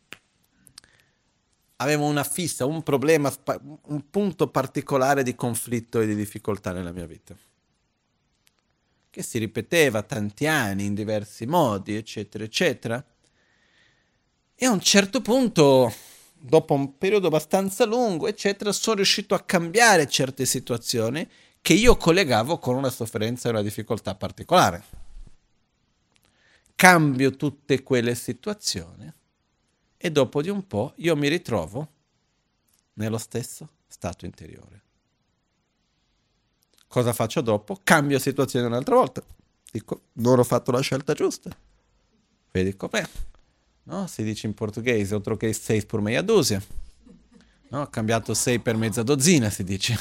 Avevo una fissa, un problema, un punto particolare di conflitto e di difficoltà nella mia vita, che si ripeteva tanti anni in diversi modi, eccetera, eccetera. E a un certo punto, dopo un periodo abbastanza lungo, eccetera, sono riuscito a cambiare certe situazioni che io collegavo con una sofferenza e una difficoltà particolare. Cambio tutte quelle situazioni e dopo di un po' io mi ritrovo nello stesso stato interiore. Cosa faccio dopo? Cambio situazione un'altra volta. Dico, non ho fatto la scelta giusta. Vedi com'è? No? Si dice in portoghese, ho troquei 6 per meia dúzia. No? Ho cambiato 6 per mezza dozzina, si dice.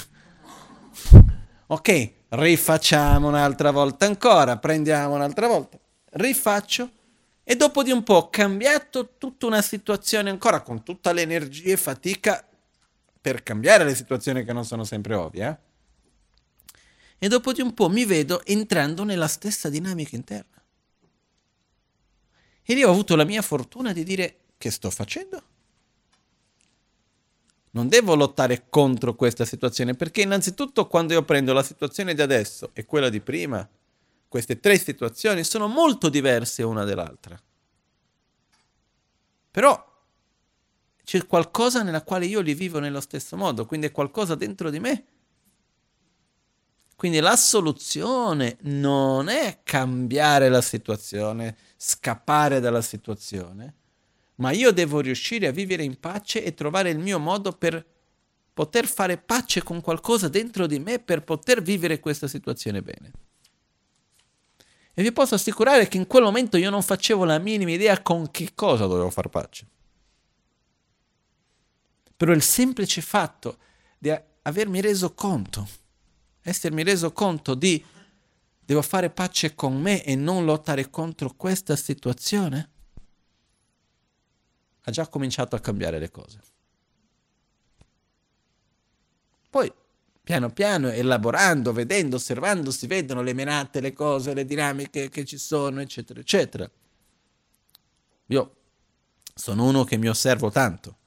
Ok, rifacciamo un'altra volta ancora, prendiamo un'altra volta, rifaccio e dopo di un po' ho cambiato tutta una situazione ancora con tutta l'energia e fatica per cambiare le situazioni che non sono sempre ovvie. E dopo di un po' mi vedo entrando nella stessa dinamica interna. E io ho avuto la mia fortuna di dire, che sto facendo? Non devo lottare contro questa situazione, perché innanzitutto quando io prendo la situazione di adesso e quella di prima, queste 3 situazioni sono molto diverse una dall'altra. Però c'è qualcosa nella quale io li vivo nello stesso modo, quindi è qualcosa dentro di me Quindi la soluzione non è cambiare la situazione, scappare dalla situazione, ma io devo riuscire a vivere in pace e trovare il mio modo per poter fare pace con qualcosa dentro di me per poter vivere questa situazione bene. E vi posso assicurare che in quel momento io non facevo la minima idea con che cosa dovevo far pace. Però il semplice fatto di avermi reso conto, essermi reso conto di devo fare pace con me e non lottare contro questa situazione, ha già cominciato a cambiare le cose. Poi, piano piano, elaborando, vedendo, osservando, si vedono le menate, le cose, le dinamiche che ci sono, eccetera, eccetera. Io sono uno che mi osservo tanto.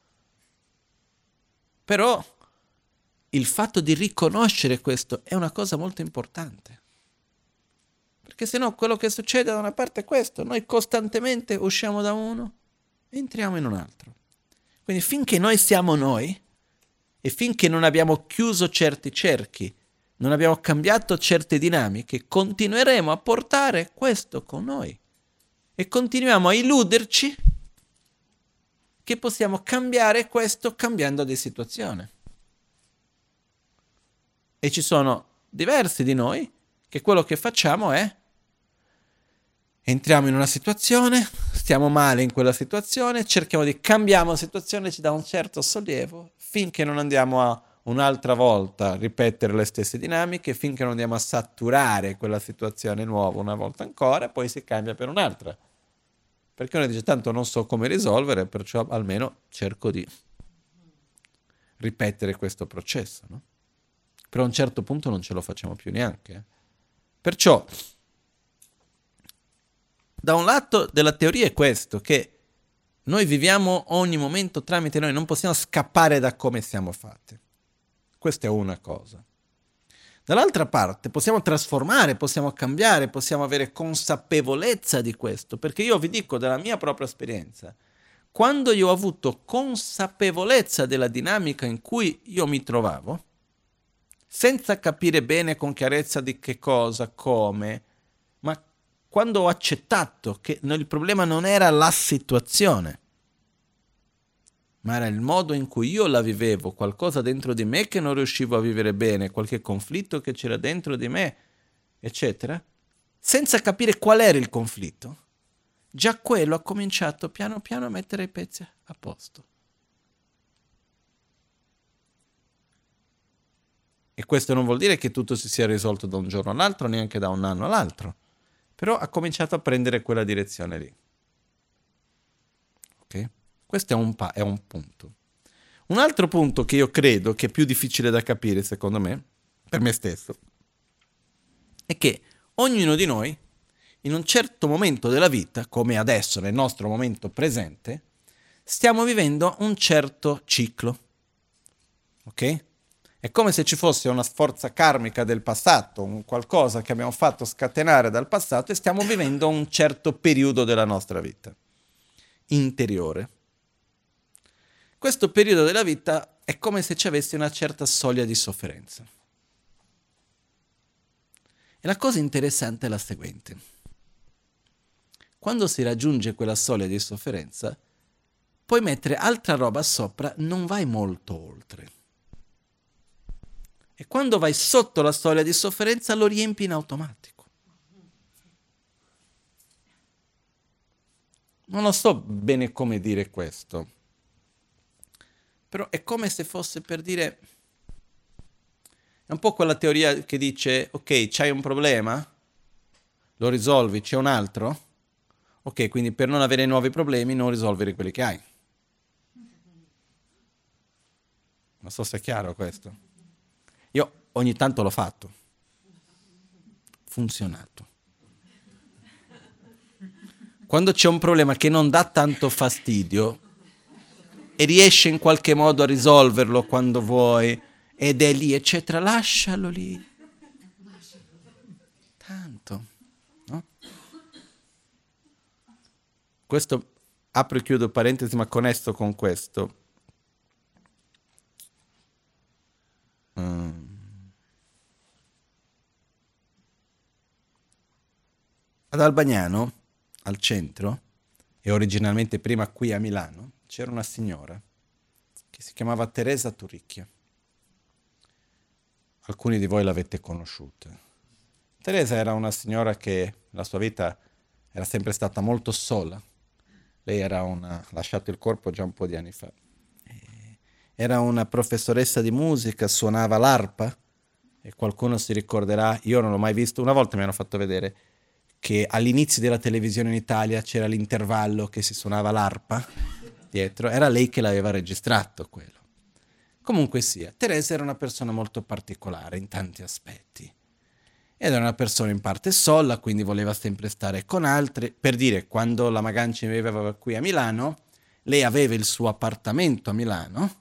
Però il fatto di riconoscere questo è una cosa molto importante. Perché sennò quello che succede da una parte è questo, noi costantemente usciamo da uno e entriamo in un altro. Quindi finché noi siamo noi e finché non abbiamo chiuso certi cerchi, non abbiamo cambiato certe dinamiche, continueremo a portare questo con noi e continuiamo a illuderci che possiamo cambiare questo cambiando di situazione. E ci sono diversi di noi che quello che facciamo è entriamo in una situazione, stiamo male in quella situazione, cerchiamo di cambiare la situazione, ci dà un certo sollievo, finché non andiamo a un'altra volta ripetere le stesse dinamiche, finché non andiamo a saturare quella situazione nuova una volta ancora, poi si cambia per un'altra. Perché uno dice tanto non so come risolvere, perciò almeno cerco di ripetere questo processo, no? Però a un certo punto non ce lo facciamo più neanche. Perciò, da un lato della teoria è questo, che noi viviamo ogni momento tramite noi, non possiamo scappare da come siamo fatti. Questa è una cosa. Dall'altra parte possiamo trasformare, possiamo cambiare, possiamo avere consapevolezza di questo, perché io vi dico dalla mia propria esperienza, quando io ho avuto consapevolezza della dinamica in cui io mi trovavo, senza capire bene con chiarezza di che cosa, come, ma quando ho accettato che il problema non era la situazione, ma era il modo in cui io la vivevo, qualcosa dentro di me che non riuscivo a vivere bene, qualche conflitto che c'era dentro di me, eccetera, senza capire qual era il conflitto, già quello ha cominciato piano piano a mettere i pezzi a posto. E questo non vuol dire che tutto si sia risolto da un giorno all'altro, neanche da un anno all'altro, però ha cominciato a prendere quella direzione lì. Ok? Questo è un punto. Un altro punto che io credo che è più difficile da capire, secondo me, per me stesso, è che ognuno di noi, in un certo momento della vita, come adesso, nel nostro momento presente, stiamo vivendo un certo ciclo. Ok? È come se ci fosse una forza karmica del passato, un qualcosa che abbiamo fatto scatenare dal passato e stiamo vivendo un certo periodo della nostra vita interiore. Questo periodo della vita è come se ci avesse una certa soglia di sofferenza. E la cosa interessante è la seguente. Quando si raggiunge quella soglia di sofferenza, puoi mettere altra roba sopra, non vai molto oltre. E quando vai sotto la soglia di sofferenza lo riempi in automatico. Non lo so bene come dire questo. Però è come se fosse per dire, è un po' quella teoria che dice, ok, c'hai un problema? Lo risolvi, c'è un altro? Ok, quindi per non avere nuovi problemi non risolvere quelli che hai. Non so se è chiaro questo. Io ogni tanto l'ho fatto. Funzionato. Quando c'è un problema che non dà tanto fastidio, e riesce in qualche modo a risolverlo quando vuoi ed è lì eccetera, lascialo lì tanto, no? Questo apro e chiudo parentesi ma connesso con questo. Ad Albagnano, al centro, e originalmente prima qui a Milano, c'era una signora che si chiamava Teresa Turricchia. Alcuni di voi l'avete conosciuta. Teresa era una signora che nella sua vita era sempre stata molto sola. Lei ha lasciato il corpo già un po' di anni fa. Era una professoressa di musica, suonava l'arpa, e qualcuno si ricorderà, io non l'ho mai visto, una volta mi hanno fatto vedere che all'inizio della televisione in Italia c'era l'intervallo che si suonava l'arpa dietro, era lei che l'aveva registrato quello. Comunque sia, Teresa era una persona molto particolare in tanti aspetti. Ed era una persona in parte sola, quindi voleva sempre stare con altri. Per dire, quando la Maganci viveva qui a Milano, lei aveva il suo appartamento a Milano,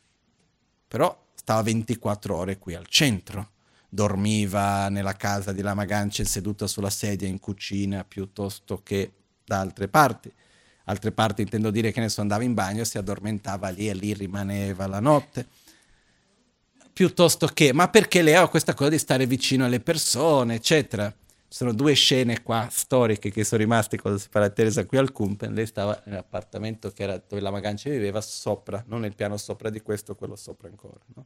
però stava 24 ore qui al centro. Dormiva nella casa di La Maganci seduta sulla sedia in cucina piuttosto che da altre parti. Altre parti intendo dire che ne so, andava in bagno, si addormentava lì e lì rimaneva la notte. Piuttosto che, ma perché lei aveva questa cosa di stare vicino alle persone, eccetera. Ci sono due scene qua storiche che sono rimaste quando si parla di Teresa qui al Kumpen. Lei stava nell'appartamento che era dove La Maganci viveva, sopra, non nel piano sopra di questo, quello sopra ancora, no?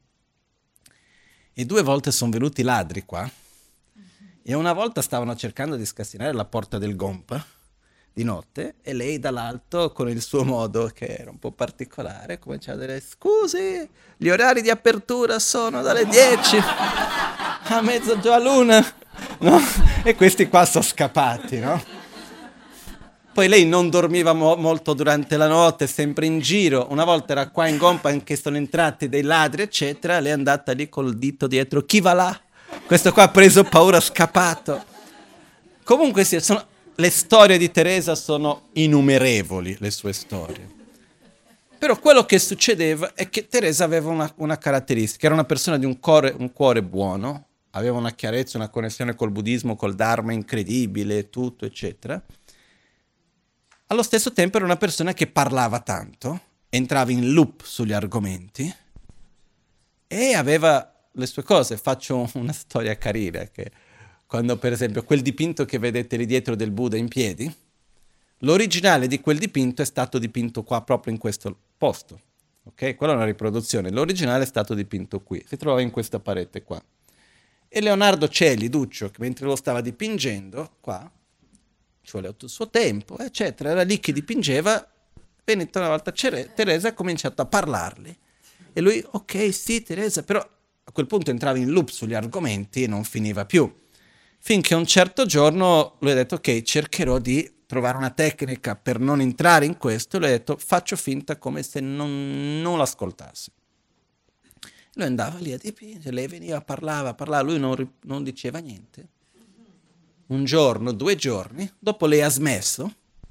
E 2 volte sono venuti ladri qua, e una volta stavano cercando di scassinare la porta del Gompa di notte, e lei dall'alto, con il suo modo che era un po' particolare, cominciava a dire: scusi, gli orari di apertura sono dalle 10 a mezzogiorno all'una, no? E questi qua sono scappati, no? Poi lei non dormiva molto durante la notte, sempre in giro. Una volta era qua in Gompa, anche sono entrati dei ladri, eccetera. Lei è andata lì col dito dietro. Chi va là? Questo qua ha preso paura, scappato. Comunque sì, le storie di Teresa sono innumerevoli, le sue storie. Però quello che succedeva è che Teresa aveva una caratteristica. Era una persona di un cuore buono, aveva una chiarezza, una connessione col buddismo, col dharma incredibile, tutto, eccetera. Allo stesso tempo era una persona che parlava tanto, entrava in loop sugli argomenti e aveva le sue cose. Faccio una storia carina, che quando per esempio quel dipinto che vedete lì dietro del Buddha in piedi, l'originale di quel dipinto è stato dipinto qua, proprio in questo posto, ok? Quella è una riproduzione, l'originale è stato dipinto qui, si trova in questa parete qua. E Leonardo Celi, Duccio, che mentre lo stava dipingendo qua, ci voleva tutto il suo tempo, eccetera, era lì che dipingeva, venuta una volta Teresa ha cominciato a parlargli, e lui, ok, sì, Teresa, però a quel punto entrava in loop sugli argomenti e non finiva più, finché un certo giorno lui ha detto, ok, cercherò di trovare una tecnica per non entrare in questo, e lui ha detto, faccio finta come se non l'ascoltasse. Lui andava lì a dipingere, lei veniva, parlava, lui non diceva niente. Un giorno, 2 giorni, dopo lei ha smesso,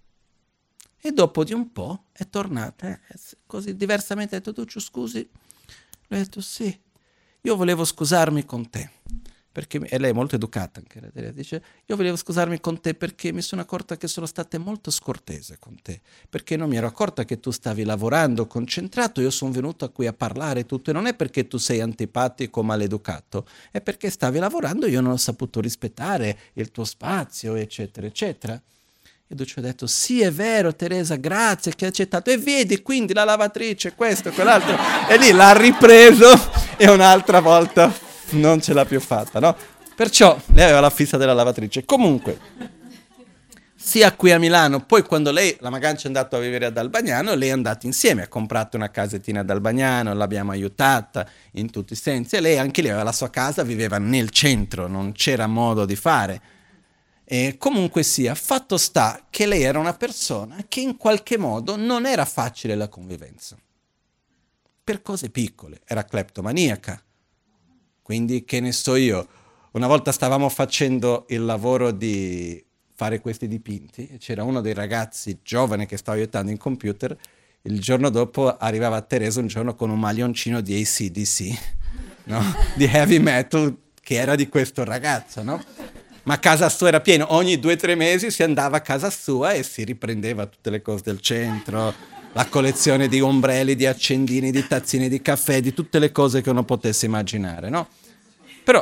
e dopo di un po' è tornata, così diversamente, ha detto, Duccio, scusi? Lui ha detto, sì, io volevo scusarmi con te, perché, e lei è molto educata anche, dice, io volevo scusarmi con te perché mi sono accorta che sono stata molto scortese con te, perché non mi ero accorta che tu stavi lavorando concentrato, io sono venuto qui a parlare tutto, e non è perché tu sei antipatico o maleducato, è perché stavi lavorando e io non ho saputo rispettare il tuo spazio, eccetera, eccetera. E Duccio ha detto, sì, è vero, Teresa, grazie che hai accettato, e vedi, quindi la lavatrice, questo, quell'altro, e lì l'ha ripreso, e un'altra volta non ce l'ha più fatta, no? Perciò lei aveva la fissa della lavatrice. Comunque, sia qui a Milano, poi quando la Maganci è andata a vivere ad Albagnano, lei è andata insieme, ha comprato una casettina ad Albagnano, l'abbiamo aiutata in tutti i sensi, e anche lei aveva la sua casa, viveva nel centro, non c'era modo di fare. E comunque sia, fatto sta che lei era una persona che in qualche modo non era facile la convivenza. Per cose piccole, era cleptomaniaca. Quindi, che ne so io, una volta stavamo facendo il lavoro di fare questi dipinti, e c'era uno dei ragazzi giovane che stava aiutando in computer, il giorno dopo arrivava a Teresa un giorno con un maglioncino di AC/DC, no? Di heavy metal, che era di questo ragazzo, no? Ma casa sua era pieno, ogni 2-3 mesi si andava a casa sua e si riprendeva tutte le cose del centro, la collezione di ombrelli, di accendini, di tazzine di caffè, di tutte le cose che uno potesse immaginare, no? Però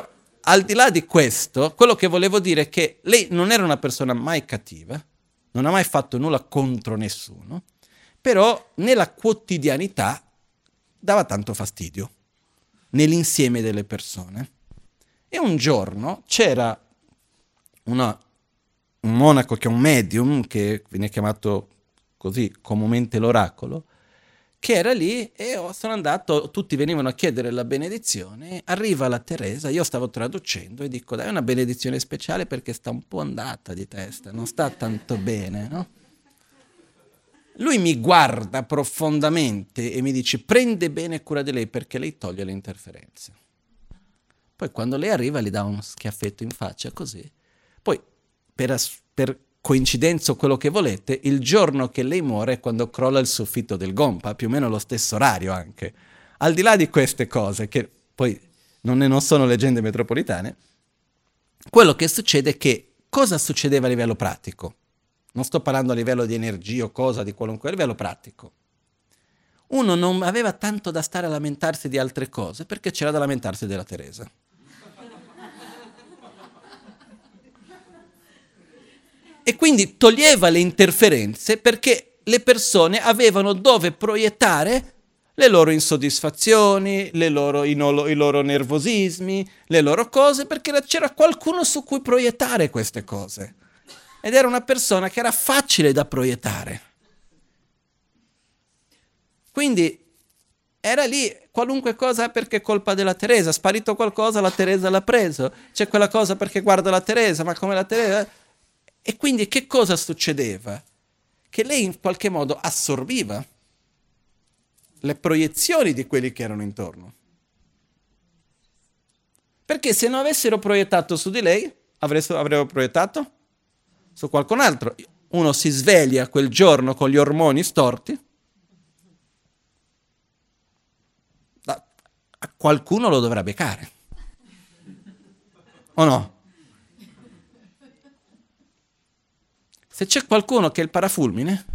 al di là di questo, quello che volevo dire è che lei non era una persona mai cattiva, non ha mai fatto nulla contro nessuno, però nella quotidianità dava tanto fastidio, nell'insieme delle persone. E un giorno c'era un monaco che è un medium, che viene chiamato così comunemente l'oracolo, che era lì e sono andato, tutti venivano a chiedere la benedizione, arriva la Teresa, io stavo traducendo e dico dai una benedizione speciale perché sta un po' andata di testa, non sta tanto bene, no? Lui mi guarda profondamente e mi dice prende bene cura di lei perché lei toglie le interferenze. Poi quando lei arriva gli dà uno schiaffetto in faccia così. Poi per coincidenza o quello che volete, il giorno che lei muore è quando crolla il soffitto del Gompa, più o meno lo stesso orario anche. Al di là di queste cose, che poi non sono leggende metropolitane, quello che succede è che cosa succedeva a livello pratico? Non sto parlando a livello di energia o cosa, di qualunque, a livello pratico. Uno non aveva tanto da stare a lamentarsi di altre cose perché c'era da lamentarsi della Teresa. E quindi toglieva le interferenze perché le persone avevano dove proiettare le loro insoddisfazioni, i loro nervosismi, le loro cose, perché c'era qualcuno su cui proiettare queste cose. Ed era una persona che era facile da proiettare. Quindi era lì qualunque cosa perché è colpa della Teresa, è sparito qualcosa, la Teresa l'ha preso, c'è quella cosa perché guarda la Teresa, ma come la Teresa... E quindi che cosa succedeva? Che lei in qualche modo assorbiva le proiezioni di quelli che erano intorno. Perché se non avessero proiettato su di lei, avrebbero proiettato su qualcun altro. Uno si sveglia quel giorno con gli ormoni storti, a qualcuno lo dovrà beccare. O no? Se c'è qualcuno che è il parafulmine,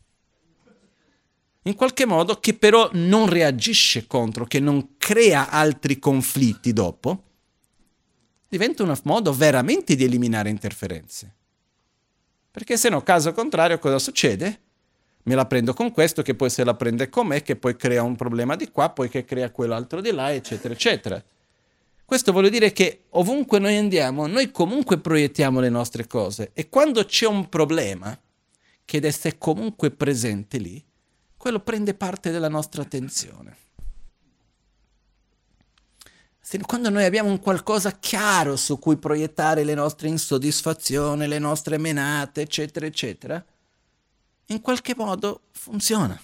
in qualche modo che però non reagisce contro, che non crea altri conflitti dopo, diventa un modo veramente di eliminare interferenze. Perché se no, caso contrario, cosa succede? Me la prendo con questo, che poi se la prende con me, che poi crea un problema di qua, poi che crea quell'altro di là, eccetera, eccetera. Questo vuol dire che ovunque noi andiamo, noi comunque proiettiamo le nostre cose e quando c'è un problema che deve essere comunque presente lì, quello prende parte della nostra attenzione. Quando noi abbiamo un qualcosa chiaro su cui proiettare le nostre insoddisfazioni, le nostre menate, eccetera, eccetera, in qualche modo funziona.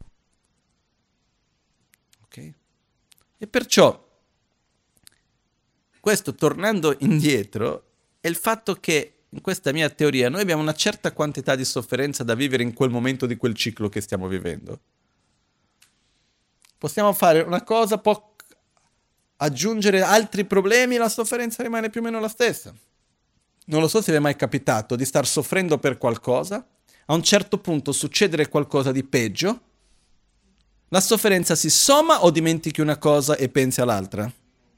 Ok? E perciò questo, tornando indietro, è il fatto che in questa mia teoria noi abbiamo una certa quantità di sofferenza da vivere in quel momento di quel ciclo che stiamo vivendo. Possiamo fare una cosa, può aggiungere altri problemi e la sofferenza rimane più o meno la stessa. Non lo so se vi è mai capitato di star soffrendo per qualcosa, a un certo punto succedere qualcosa di peggio, la sofferenza si somma o dimentichi una cosa e pensi all'altra?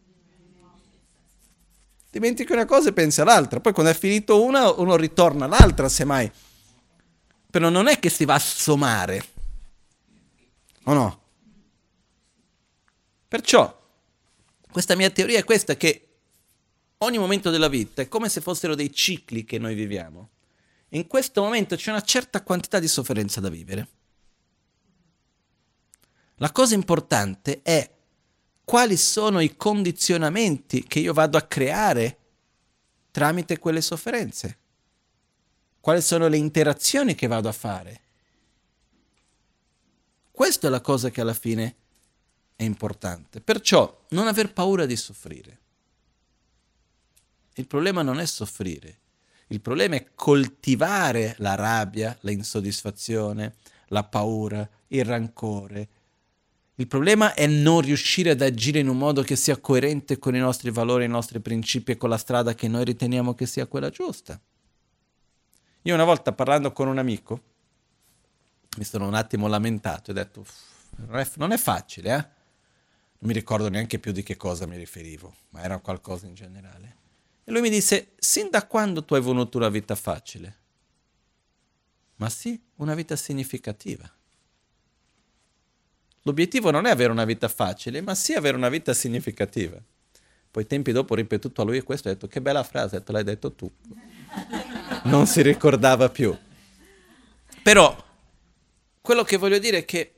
Dimentichi una cosa e pensi all'altra. Poi quando è finito una, uno ritorna all'altra, semmai. Però non è che si va a sommare. O no? Perciò, questa mia teoria è questa, che ogni momento della vita è come se fossero dei cicli che noi viviamo. In questo momento c'è una certa quantità di sofferenza da vivere. La cosa importante è quali sono i condizionamenti che io vado a creare tramite quelle sofferenze. Quali sono le interazioni che vado a fare. Questa è la cosa che alla fine è importante. Perciò non aver paura di soffrire. Il problema non è soffrire. Il problema è coltivare la rabbia, l'insoddisfazione, la paura, il rancore. Il problema è non riuscire ad agire in un modo che sia coerente con i nostri valori, i nostri principi e con la strada che noi riteniamo che sia quella giusta. Io una volta parlando con un amico mi sono un attimo lamentato e ho detto non è facile, Non mi ricordo neanche più di che cosa mi riferivo, ma era qualcosa in generale. E lui mi disse, sin da quando tu hai voluto una vita facile? Ma sì, una vita significativa. L'obiettivo non è avere una vita facile, ma sì avere una vita significativa. Poi tempi dopo ho ripetuto a lui questo e ho detto, che bella frase, te l'hai detto tu. Non si ricordava più. Però, quello che voglio dire è che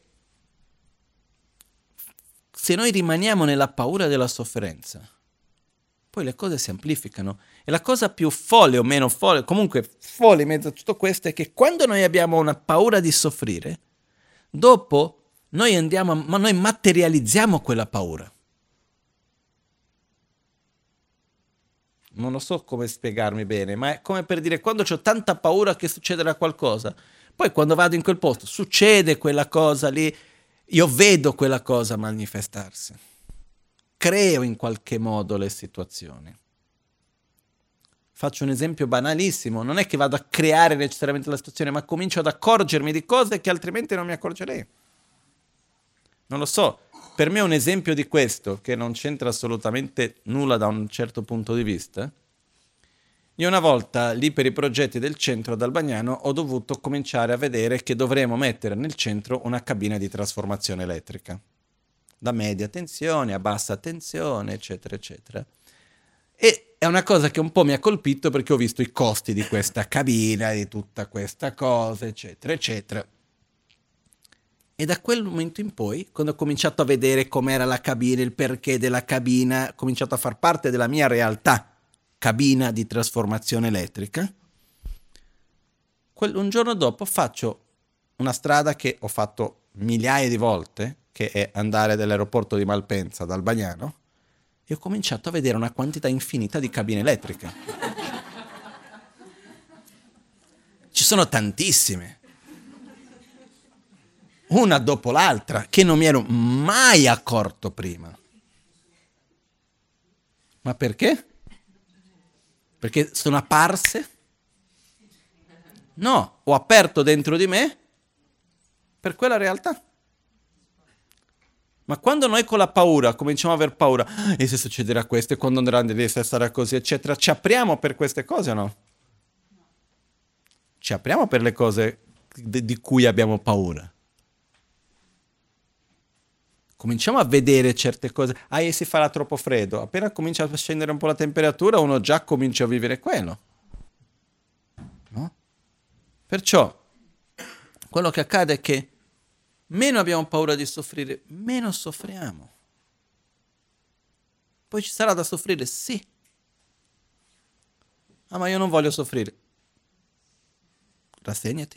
se noi rimaniamo nella paura della sofferenza, poi le cose si amplificano. E la cosa più folle o meno folle, comunque folle in mezzo a tutto questo, è che quando noi abbiamo una paura di soffrire, dopo noi andiamo, ma noi materializziamo quella paura. Non lo so come spiegarmi bene, ma è come per dire, quando ho tanta paura che succederà qualcosa, poi quando vado in quel posto succede quella cosa lì, io vedo quella cosa manifestarsi, creo in qualche modo le situazioni. Faccio un esempio banalissimo, non è che vado a creare necessariamente la situazione, ma comincio ad accorgermi di cose che altrimenti non mi accorgerei. Non lo so, per me un esempio di questo, che non c'entra assolutamente nulla da un certo punto di vista, io una volta lì per i progetti del centro ad Albagnano ho dovuto cominciare a vedere che dovremmo mettere nel centro una cabina di trasformazione elettrica, da media tensione a bassa tensione, eccetera, eccetera. E è una cosa che un po' mi ha colpito perché ho visto i costi di questa cabina, di tutta questa cosa, eccetera, eccetera. E da quel momento in poi, quando ho cominciato a vedere com'era la cabina, il perché della cabina, ho cominciato a far parte della mia realtà, cabina di trasformazione elettrica, un giorno dopo faccio una strada che ho fatto migliaia di volte, che è andare dall'aeroporto di Malpensa ad Albagnano, e ho cominciato a vedere una quantità infinita di cabine elettriche. Ci sono tantissime. Una dopo l'altra, che non mi ero mai accorto prima. Ma perché? Perché sono apparse? No, ho aperto dentro di me per quella realtà. Ma quando noi con la paura cominciamo a aver paura, e se succederà questo, e quando andrà lì, se sarà così, eccetera, ci apriamo per queste cose o no? Ci apriamo per le cose di cui abbiamo paura. Cominciamo a vedere certe cose. E si farà troppo freddo. Appena comincia a scendere un po' la temperatura, uno già comincia a vivere quello. No? Perciò, quello che accade è che meno abbiamo paura di soffrire, meno soffriamo. Poi ci sarà da soffrire, sì. Ma io non voglio soffrire. Rassegnati.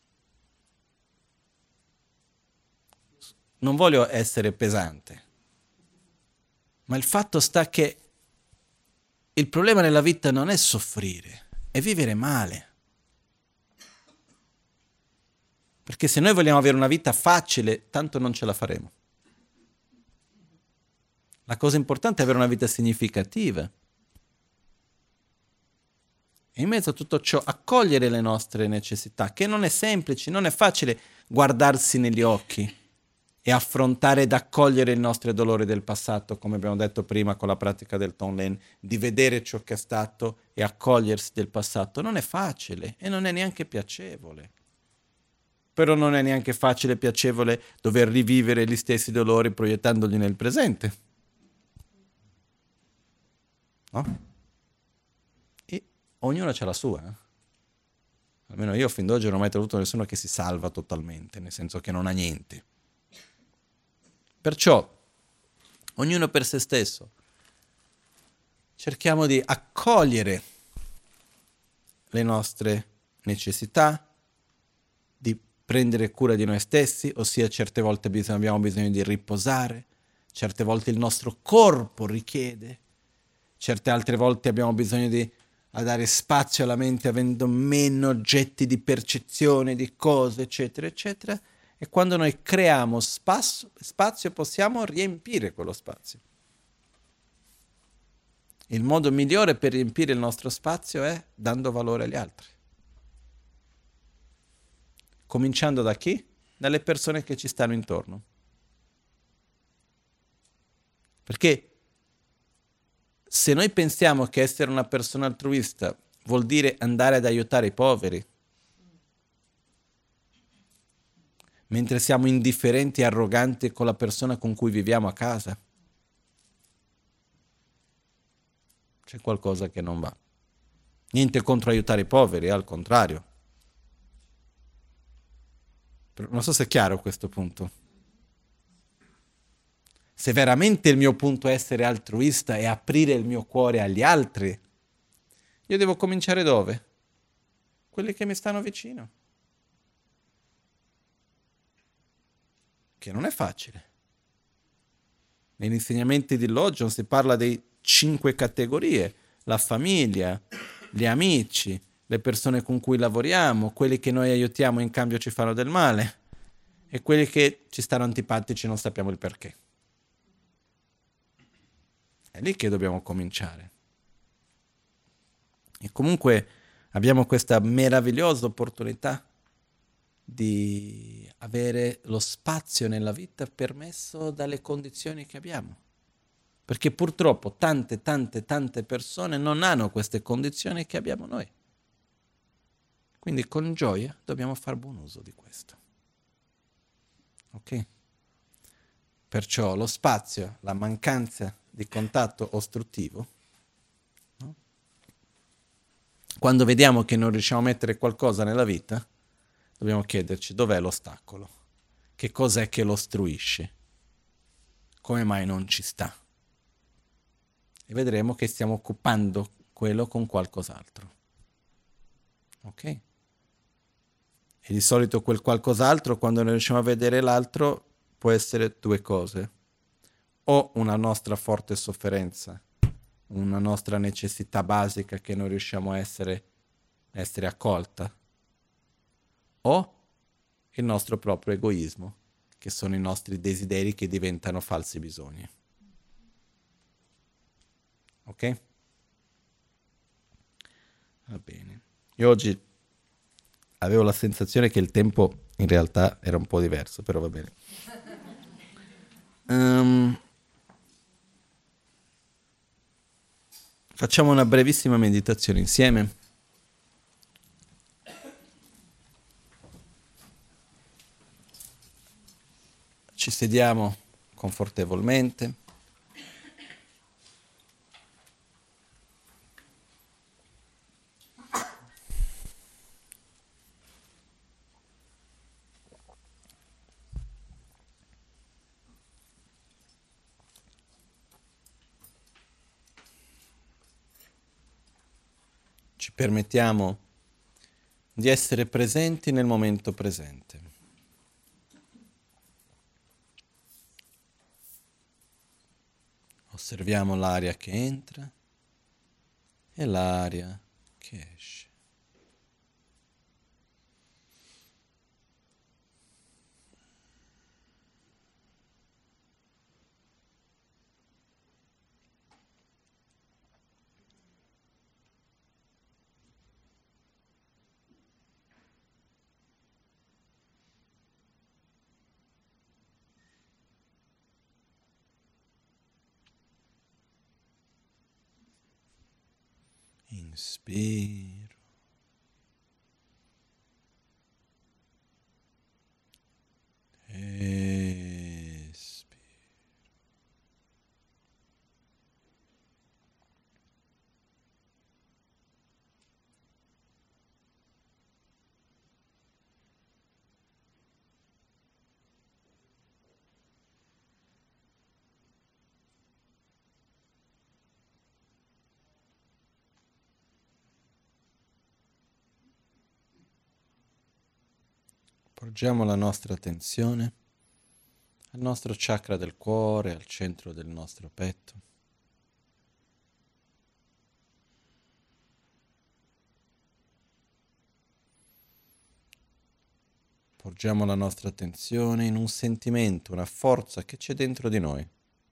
Non voglio essere pesante, ma il fatto sta che il problema nella vita non è soffrire, è vivere male. Perché se noi vogliamo avere una vita facile, tanto non ce la faremo. La cosa importante è avere una vita significativa. E in mezzo a tutto ciò accogliere le nostre necessità, che non è semplice, non è facile guardarsi negli occhi e affrontare ed accogliere i nostri dolori del passato, come abbiamo detto prima con la pratica del Tonglen, di vedere ciò che è stato e accogliersi del passato. Non è facile e non è neanche piacevole. Però non è neanche facile e piacevole dover rivivere gli stessi dolori proiettandoli nel presente. No? E ognuno ha la sua. Almeno io fin d'oggi non ho mai trovato nessuno che si salva totalmente, nel senso che non ha niente. Perciò, ognuno per se stesso, cerchiamo di accogliere le nostre necessità, di prendere cura di noi stessi, ossia certe volte abbiamo bisogno di riposare, certe volte il nostro corpo richiede, certe altre volte abbiamo bisogno di dare spazio alla mente avendo meno oggetti di percezione, di cose, eccetera, eccetera. E quando noi creiamo spazio possiamo riempire quello spazio. Il modo migliore per riempire il nostro spazio è dando valore agli altri. Cominciando da chi? Dalle persone che ci stanno intorno. Perché se noi pensiamo che essere una persona altruista vuol dire andare ad aiutare i poveri, mentre siamo indifferenti e arroganti con la persona con cui viviamo a casa, c'è qualcosa che non va. Niente contro aiutare i poveri, al contrario. Non so se è chiaro questo punto. Se veramente il mio punto è essere altruista e aprire il mio cuore agli altri, io devo cominciare dove? Quelli che mi stanno vicino. Che non è facile. Negli insegnamenti di Loggion si parla di 5 categorie: la famiglia, gli amici, le persone con cui lavoriamo, quelli che noi aiutiamo in cambio ci fanno del male e quelli che ci stanno antipatici e non sappiamo il perché. È lì che dobbiamo cominciare. E comunque abbiamo questa meravigliosa opportunità di avere lo spazio nella vita permesso dalle condizioni che abbiamo. Perché purtroppo tante persone non hanno queste condizioni che abbiamo noi. Quindi con gioia dobbiamo fare buon uso di questo. Ok? Perciò lo spazio, la mancanza di contatto ostruttivo, no? Quando vediamo che non riusciamo a mettere qualcosa nella vita, dobbiamo chiederci dov'è l'ostacolo, che cos'è che lo ostruisce, come mai non ci sta. E vedremo che stiamo occupando quello con qualcos'altro. Ok? E di solito quel qualcos'altro, quando non riusciamo a vedere l'altro, può essere 2 cose. O una nostra forte sofferenza, una nostra necessità basica che non riusciamo a essere accolta, o il nostro proprio egoismo, che sono i nostri desideri che diventano falsi bisogni. Ok? Va bene. Io oggi avevo la sensazione che il tempo in realtà era un po' diverso, però va bene. Facciamo una brevissima meditazione insieme. Ci sediamo confortevolmente. Ci permettiamo di essere presenti nel momento presente. Osserviamo l'aria che entra e l'aria che esce. Inspiro. Espiro. Porgiamo la nostra attenzione al nostro chakra del cuore, al centro del nostro petto. Porgiamo la nostra attenzione in un sentimento, una forza che c'è dentro di noi,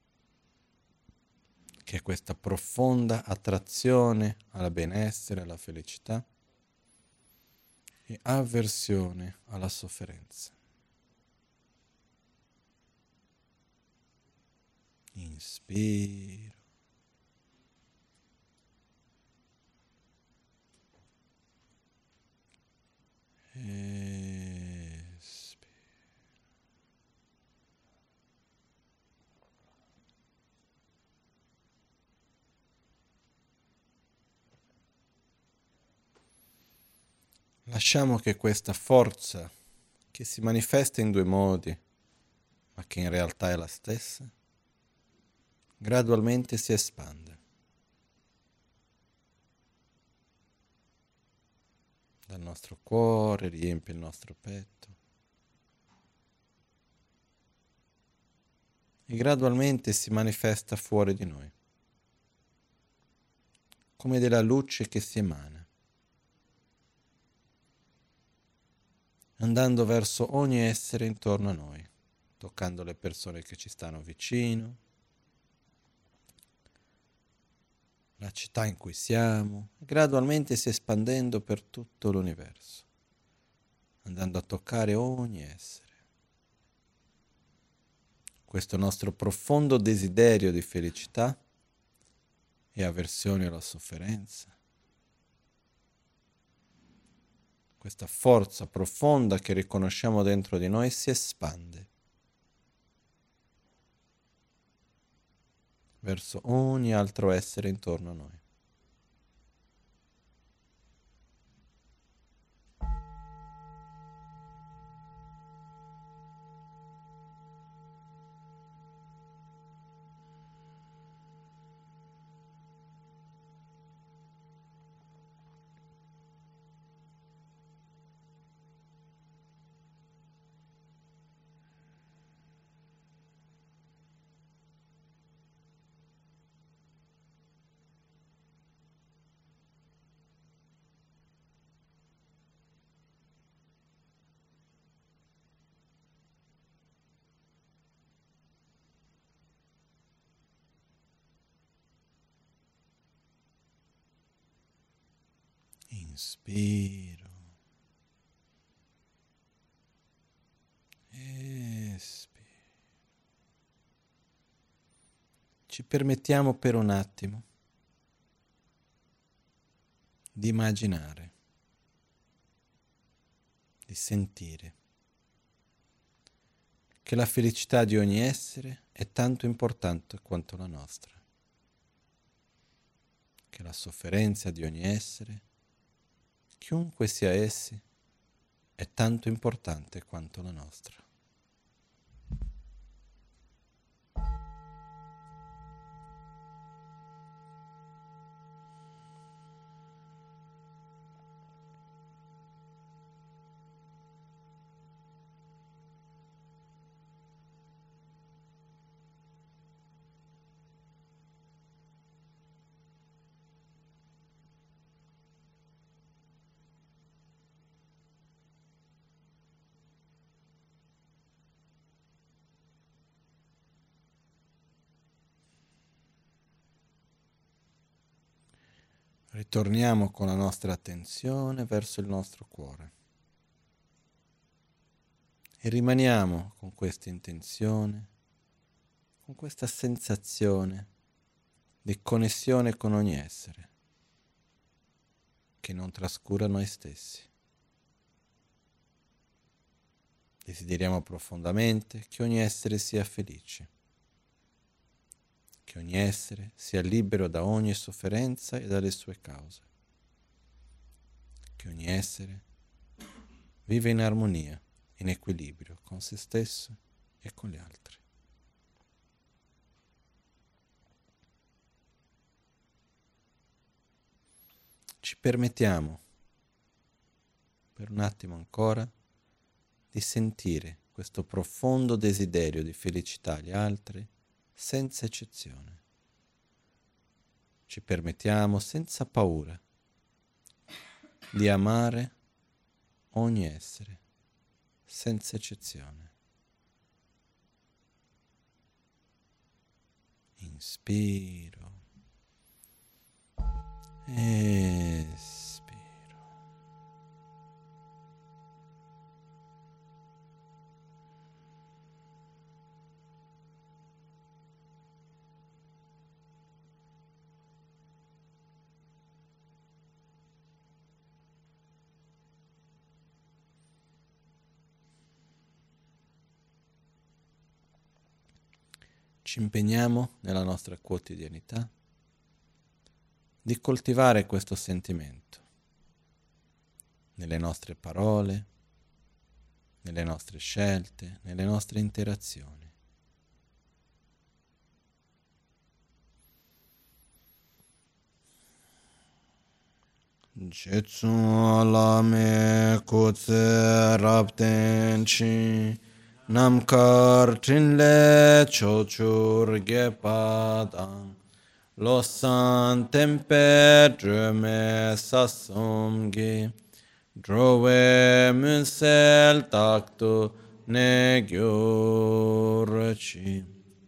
che è questa profonda attrazione alla benessere, alla felicità e avversione alla sofferenza. Inspiro. Espiro. Lasciamo che questa forza, che si manifesta in due modi, ma che in realtà è la stessa, gradualmente si espande. Dal nostro cuore, riempie il nostro petto e gradualmente si manifesta fuori di noi, come della luce che si emana, andando verso ogni essere intorno a noi, toccando le persone che ci stanno vicino, la città in cui siamo, gradualmente si espandendo per tutto l'universo, andando a toccare ogni essere. Questo nostro profondo desiderio di felicità e avversione alla sofferenza, questa forza profonda che riconosciamo dentro di noi si espande verso ogni altro essere intorno a noi. Inspiro. Espiro. Ci permettiamo per un attimo di immaginare, di sentire che la felicità di ogni essere è tanto importante quanto la nostra, che la sofferenza di ogni essere, chiunque sia essi, è tanto importante quanto la nostra. Ritorniamo con la nostra attenzione verso il nostro cuore e rimaniamo con questa intenzione, con questa sensazione di connessione con ogni essere che non trascura noi stessi. Desideriamo profondamente che ogni essere sia felice, che ogni essere sia libero da ogni sofferenza e dalle sue cause, che ogni essere vive in armonia, in equilibrio con se stesso e con gli altri. Ci permettiamo per un attimo ancora di sentire questo profondo desiderio di felicità agli altri senza eccezione. Ci permettiamo senza paura di amare ogni essere senza eccezione. Inspiro. Espiro. ci impegniamo nella nostra quotidianità di coltivare questo sentimento nelle nostre parole, nelle nostre scelte, nelle nostre interazioni. Jetsu alame kutse rapten chi namkar trinle chochur gepadang losan tempe dröme sasomgi drove munsel taktu ne gyurchi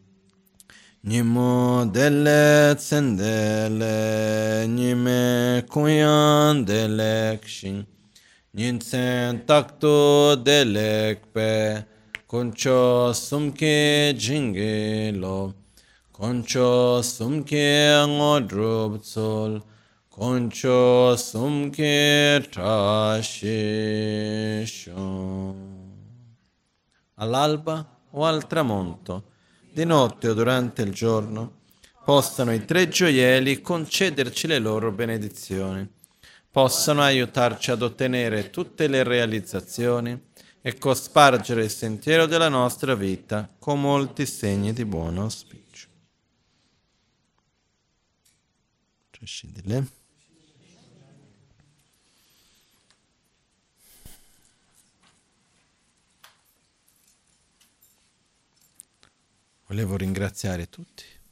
Nimo delle tsendele, nime kuyan delekshin, ninsen takto delekpe, koncho sumke jingelo, koncho sumke ngodrubtsol, koncho sumke trashisho. All'alba o al tramonto, di notte o durante il giorno, possano i tre gioielli concederci le loro benedizioni, possano aiutarci ad ottenere tutte le realizzazioni e cospargere il sentiero della nostra vita con molti segni di buon auspicio. Trascendile. Volevo ringraziare tutti